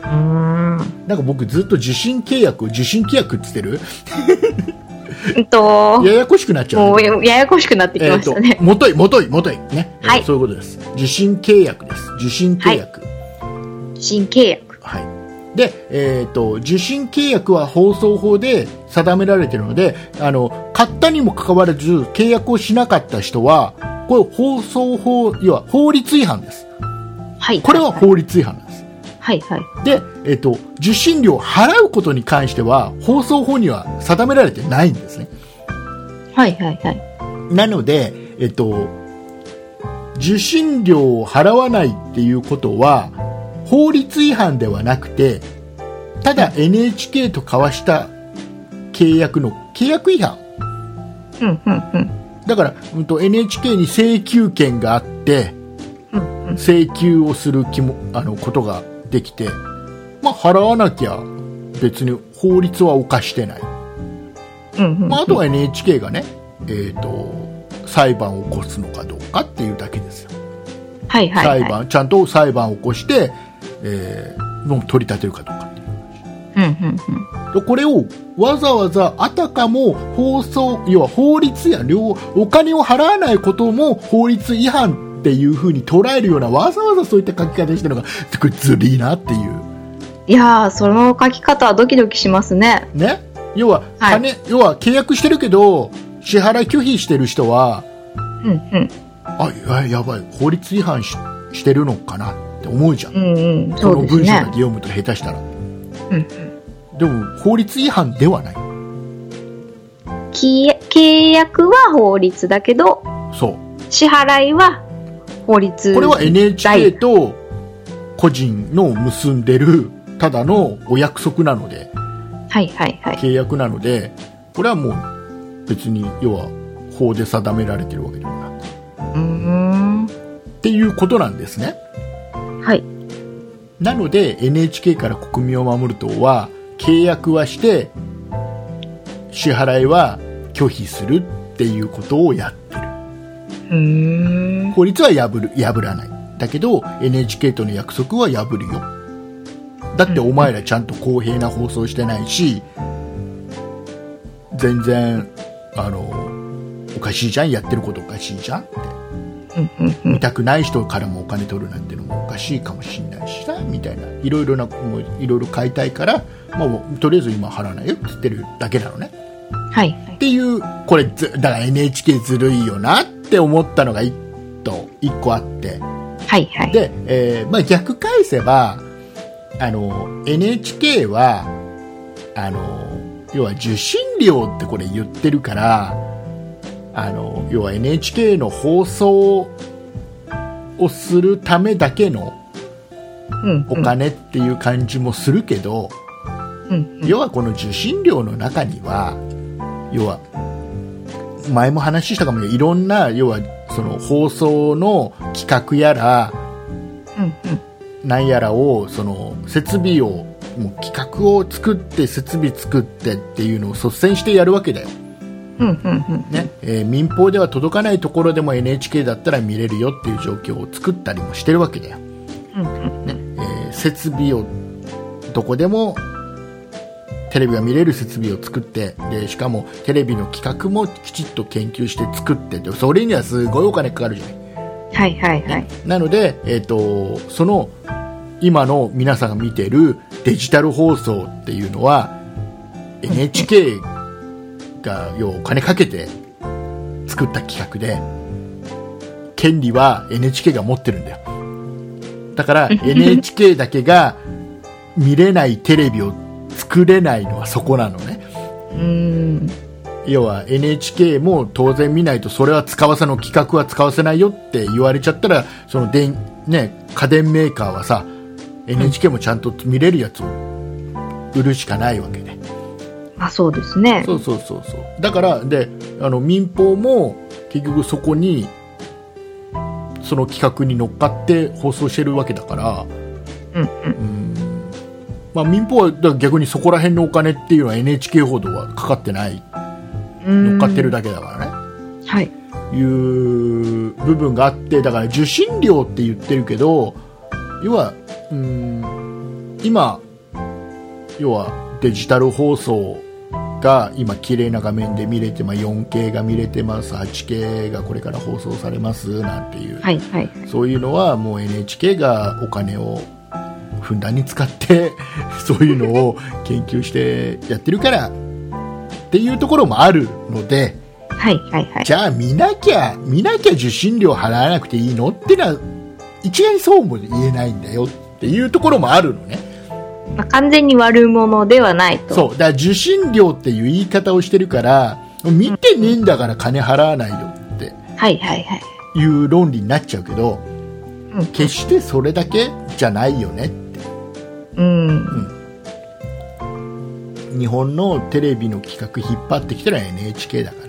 なんか僕ずっと受信規約って言ってるややこしくなっちゃう、 もうややこしくなってきましたね。 もといね、そういうことです。受信契約です。受信契約。 受信契約。 で、受信契約は放送法で定められているので、買ったにもかかわらず契約をしなかった人は、これ放送法、要は法律違反です。これは法律違反なんです。で、受信料を払うことに関しては放送法には定められてないんですね。なので、受信料を払わないっていうことは法律違反ではなくて、ただ NHK と交わした契約の契約違反、だから、NHK に請求権があって、請求をすることができて、払わなきゃ別に法律は犯してない、あとは NHK がね、裁判を起こすのかどうかっていうだけですよ。ちゃんと裁判を起こして、取り立てるかどうかっていう、これをわざわざあたかも要は法律やお金を払わないことも法律違反っていう風に捉えるような、わざわざそういった書き方してるのがこれずるいなっていう。 いやー、その書き方はドキドキしますね。 要は契約してるけど支払い拒否してる人は、やばい、法律違反してるのかなって思うじゃん、この文章だけ読むと下手したら、でも法律違反ではない。 契約は法律だけど、支払いは法律。 これは NHK と個人の結んでるただのお約束なので、契約なので、これはもう別に要は法で定められてるわけではなく、っていうことなんですね。なので NHK から国民を守る党は契契約はして支払いは拒否するっていうことをやってる。法律は破らない。だけど NHK との約束は破るよ。だってお前らちゃんと公平な放送してないし、全然おかしいじゃん、やってることおかしいじゃんって、見たくない人からもお金取るなんてのもおかしいかもしれないしさ、みたいな、いろいろ買いたいから、とりあえず今払わないよって言ってるだけなのね。 はい、 っていうこれだから NHK ずるいよなって思ったのが一個あって、 はいはい、 で、逆返せばNHK は要は受信料ってこれ言ってるから、要は NHK の放送をするためだけのお金っていう感じもするけど、要はこの受信料の中には、要は前も話したかもしれない、いろんな要はその放送の企画やら、なんやらをその設備をもう企画を作って設備作ってっていうのを率先してやるわけだよ。民放では届かないところでも NHK だったら見れるよっていう状況を作ったりもしてるわけだよ。設備をどこでもテレビが見れる設備を作って、でしかもテレビの企画もきちっと研究して作って、それにはすごいお金かかるじゃない。 はいはいはい。 なので、その今の皆さんが見ているデジタル放送っていうのは NHK が要はお金かけて作った企画で、権利は NHK が持ってるんだよ。だから NHK だけが見れないテレビを作れないのはそこなのね。要は NHK も当然見ないと、それは使わせの企画は使わせないよって言われちゃったら、その家電メーカーはさ、NHK もちゃんと見れるやつを売るしかないわけで。 そうですね。 そうだからで民放も結局そこにその企画に乗っかって放送してるわけだから、民放はだから逆にそこら辺のお金っていうのは NHK ほどはかかってない、乗っかってるだけだからね、 はい、 いう部分があって、だから受信料って言ってるけど、要は今要はデジタル放送が今綺麗な画面で見れて、4K が見れてます、 8K がこれから放送されますなんていう、そういうのはもう NHK がお金をふんだんに使ってそういうのを研究してやってるからっていうところもあるので、じゃあ見なきゃ受信料払わなくていいのってのは一概にそうも言えないんだよっていうところもあるのね。 完全に悪者ではないと。 そうだから受信料っていう言い方をしてるから、見てねえんだから金払わないよっていう論理になっちゃうけど、決してそれだけじゃないよねって、日本のテレビの企画引っ張ってきたのは NHK だから、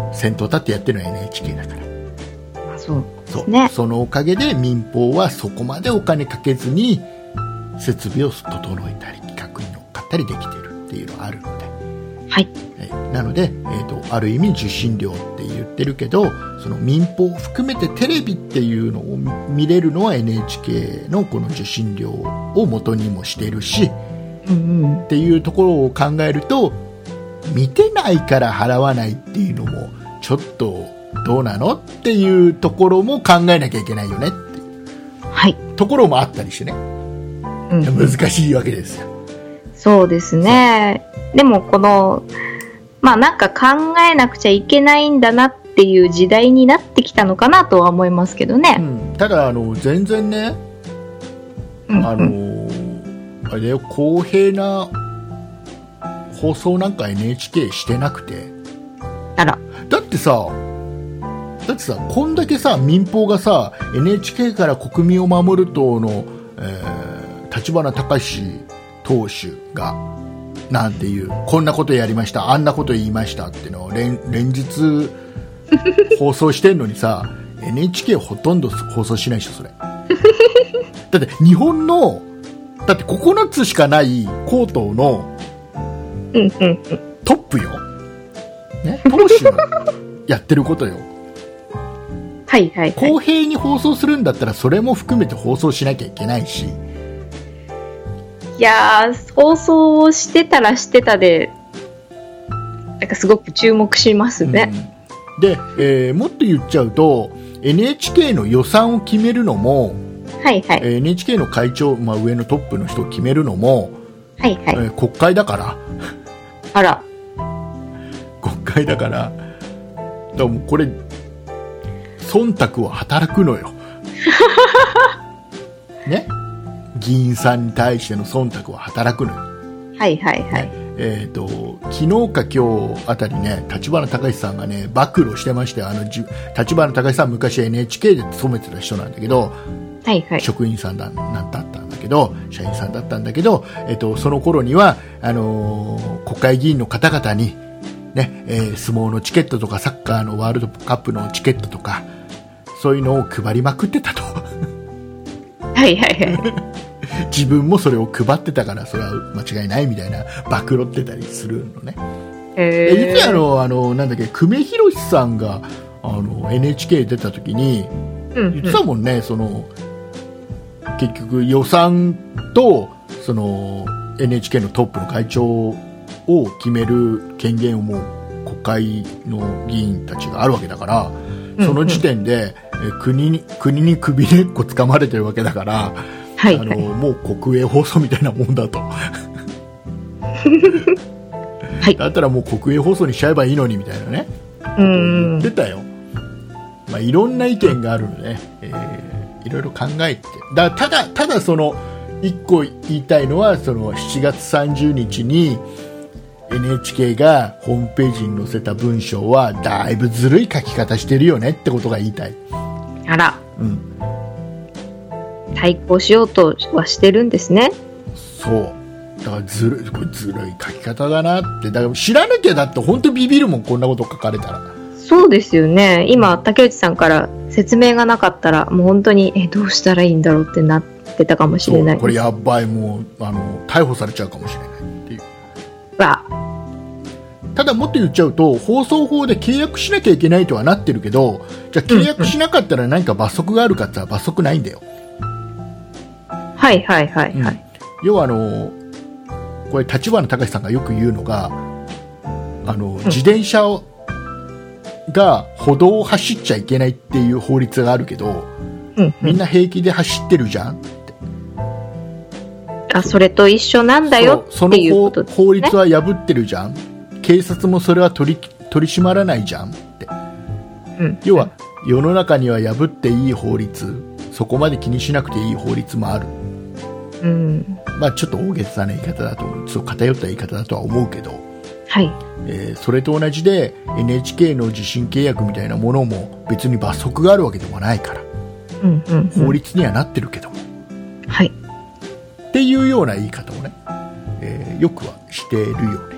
先頭立ってやってるのは NHK だから、 そうですね。 そのおかげで民放はそこまでお金かけずに設備を整えたり企画に乗っかったりできてるっていうのがあるので、なので、ある意味受信料って言ってるけど、その民放を含めてテレビっていうのを見れるのは NHK のこの受信料を元にもしてるし、っていうところを考えると、見てないから払わないっていうのもちょっとどうなのっていうところも考えなきゃいけないよねっていう、ところもあったりしてね、難しいわけですよ。 そうですね。でもこのなんか考えなくちゃいけないんだなっていう時代になってきたのかなとは思いますけどね。 ただ全然ね、あれだよ、公平な放送なんか NHK してなくて、だってさこんだけさ民放がさ NHK から国民を守る党の、立花隆党首がなんていう、こんなことやりました、あんなこと言いましたっていうのを連日放送してんのにさNHK ほとんど放送しないでしょそれだって日本のだって9つしかない高等のトップよ、ね、投手のやってることよ。 はいはいはい。 公平に放送するんだったらそれも含めて放送しなきゃいけないし。 いやー、放送をしてたらしてたで、なんかすごく注目しますね。 で、もっと言っちゃうと NHK の予算を決めるのも、 はいはい。 NHK の会長、上のトップの人を決めるのも、 はいはい。 国会だから。 あら。 国会だから。だからもうこれ忖度は働くのよ。ね。議員さんに対しての忖度は働くのよ。 はいはいはい。 昨日か今日あたりね、立花隆さんがね、暴露してまして、立花隆さん昔 NHK で勤めてた人なんだけど、 はいはい。 職員さんだったんだけど、社員さんだったんだけど、その頃には、国会議員の方々に、ね、相撲のチケットとかサッカーのワールドカップのチケットとか、そういうのを配りまくってたと。 はいはいはい。 自分もそれを配ってたからそれは間違いないみたいな暴露ってたりするのね。実はなんだっけ、久米宏さんがNHK 出た時に言ってたもんね、結局予算とNHK のトップの会長を決める権限をもう国会の議員たちがあるわけだから、その時点で国に首根っこ掴まれてるわけだから、はいはい、もう国営放送みたいなもんだと。はい、だったらもう国営放送にしちゃえばいいのにみたいなね、言ってたよ。いろんな意見があるので、ね、いろいろ考えて、ただ一個言いたいのは、7月30日に NHK がホームページに載せた文章はだいぶずるい書き方してるよねってことが言いたい。 あら、対抗しようとはしてるんですね。 そうだからずるい書き方だなって。だから知らなきゃだって本当ビビるもん、こんなこと書かれたら。そうですよね。 今竹内さんから説明がなかったらもう本当にどうしたらいいんだろうってなってたかもしれない。 これやばい、もう逮捕されちゃうかもしれないっていう。ただもっと言っちゃうと、放送法で契約しなきゃいけないとはなってるけど、じゃあ契約しなかったら何か罰則があるかって言ったら罰則ないんだよ。 はいはいはいはい。 要はこれ立花隆さんがよく言うのが、自転車が歩道を走っちゃいけないっていう法律があるけど、みんな平気で走ってるじゃんって。 それと一緒なんだよっていうことですね。 その法律は破ってるじゃん。警察もそれは取り締まらないじゃんって。要は世の中には破っていい法律、そこまで気にしなくていい法律もある。ちょっと大げさな言い方だと思う、そう偏った言い方だとは思うけど、はい。それと同じで NHK の受信契約みたいなものも別に罰則があるわけでもないから、法律にはなってるけども、はい。っていうような言い方をね、よくはしてるよね。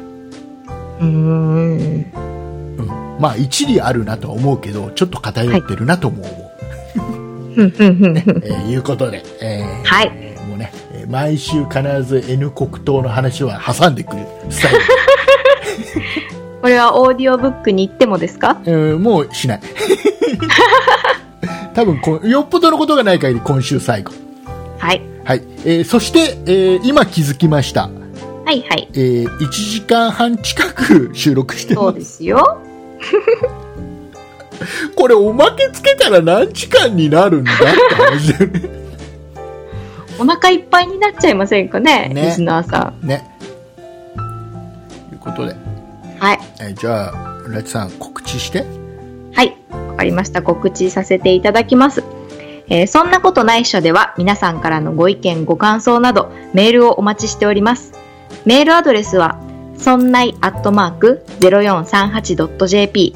一理あるなとは思うけど、ちょっと偏ってるなとも思う。いうことで、はい。もうね、毎週必ず N 国党の話は挟んでくるスタイル。 これはオーディオブックに行ってもですか？ もうしない。多分よっぽどのことがない限り今週最後。はい。はい。そして、今気づきました。はいはい。1時間半近く収録してます。 そうですよ。 これおまけつけたら何時間になるんだって話だよね。 お腹いっぱいになっちゃいませんかね、リスナーさん。ね。 ということで。 はい。 じゃあ、ラチさん告知して。 はい。わかりました。告知させていただきます。そんなことないっしょでは皆さんからのご意見ご感想などメールをお待ちしております。メールアドレスはsonnai@0438.jp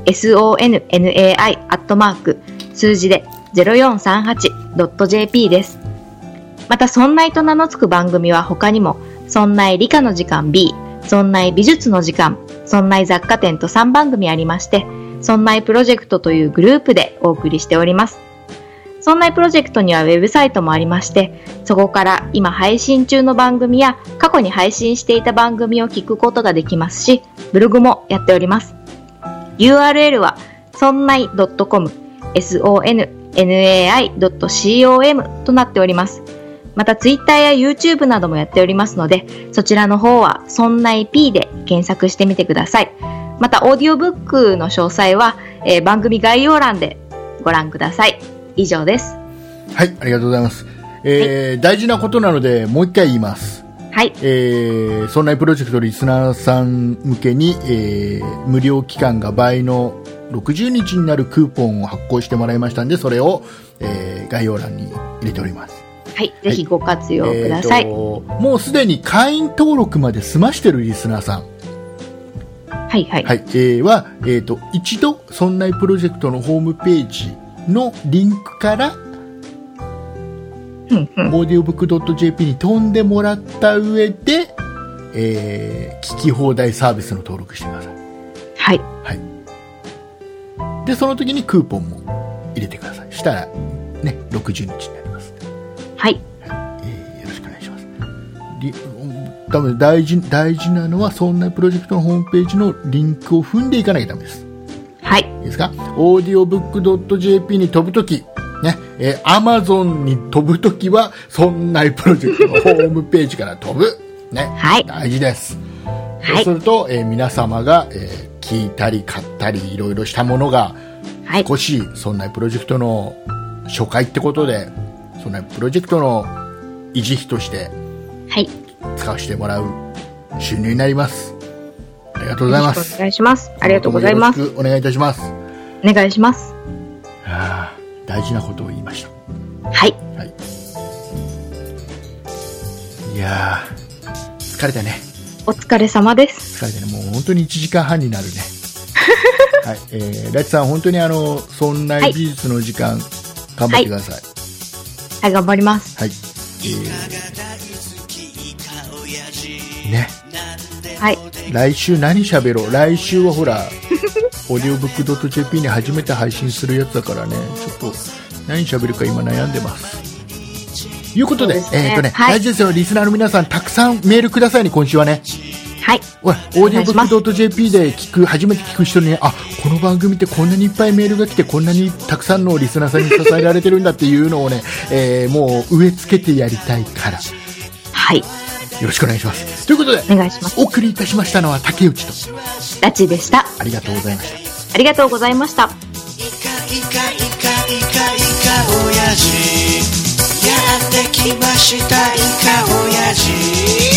sonnai@ 数字で 0438.jp です。また、そんないと名の付く番組は他にも、そんない理科の時間 B、そんない美術の時間、そんない雑貨店と3番組ありまして、そんないプロジェクトというグループでお送りしております。 そんなプロジェクトにはウェブサイトもありまして、そこから今配信中の番組や過去に配信していた番組を聞くことができますし、ブログもやっております。URL は sonnai.com sonnai.com となっております。また Twitter や YouTube などもやっておりますので、そちらの方は sonnai.p で検索してみてください。またオーディオブックの詳細は、番組概要欄でご覧ください。以上です。 はい、ありがとうございます。大事なことなのでもう一回言います。 はい。 そんなプロジェクトリスナーさん向けに、無料期間が倍の60日になるクーポンを発行してもらいましたんで、それを、概要欄に入れております。 はい、ぜひご活用ください。 もうすでに会員登録まで済ましてるリスナーさん、 はいはい、 はい、一度そんなプロジェクトのホームページのリンクから、audiobook.jp に飛んでもらった上で、聞き放題サービスの登録してください。 はい、 はい、でその時にクーポンも入れてください。したらね、60日になります。 はい、 よろしくお願いします。多分大事なのはそんなプロジェクトのホームページのリンクを踏んでいかなきゃダメです。 はい。 いいですか？ audiobook.jp に飛ぶとき、ね、Amazon に飛ぶときはそんなプロジェクトのホームページから飛ぶ。ね。はい。大事です。そうすると、皆様が、聞いたり買ったりいろいろしたものが、はい、少しそんなプロジェクトの初回ってことで、そんなプロジェクトの維持費として、はい。使わせてもらう収入になります。ありがとうございます。 お願いします。ありがとうございます。 よろしくお願いいたします。 お願いします。 大事なことを言いました。 はい。 はい。いやー、疲れたね。 お疲れ様です。 疲れたね。もう本当に1時間半になるね。はい。ラチさん、本当にそんな美術の時間、頑張ってください。 はい、頑張ります。 はい。ね。 はい。 来週何喋ろう。来週はほら、audiobook.jp に初めて配信するやつだからね、ちょっと何喋るか今悩んでます。ということで、はい、大事ですよ、リスナーの皆さん、たくさんメールくださいね、今週はね。 はい。 audiobook.jp で初めて聞く人にね、あ、この番組ってこんなにいっぱいメールが来て、こんなにたくさんのリスナーさんに支えられてるんだっていうのをね、もう植え付けてやりたいから。 はい。 よろしくお願いします。ということで、 お願いします。 お送りいたしましたのは竹内とラチでした。 ありがとうございました。 ありがとうございました。イカ親父やってきましたイカ親父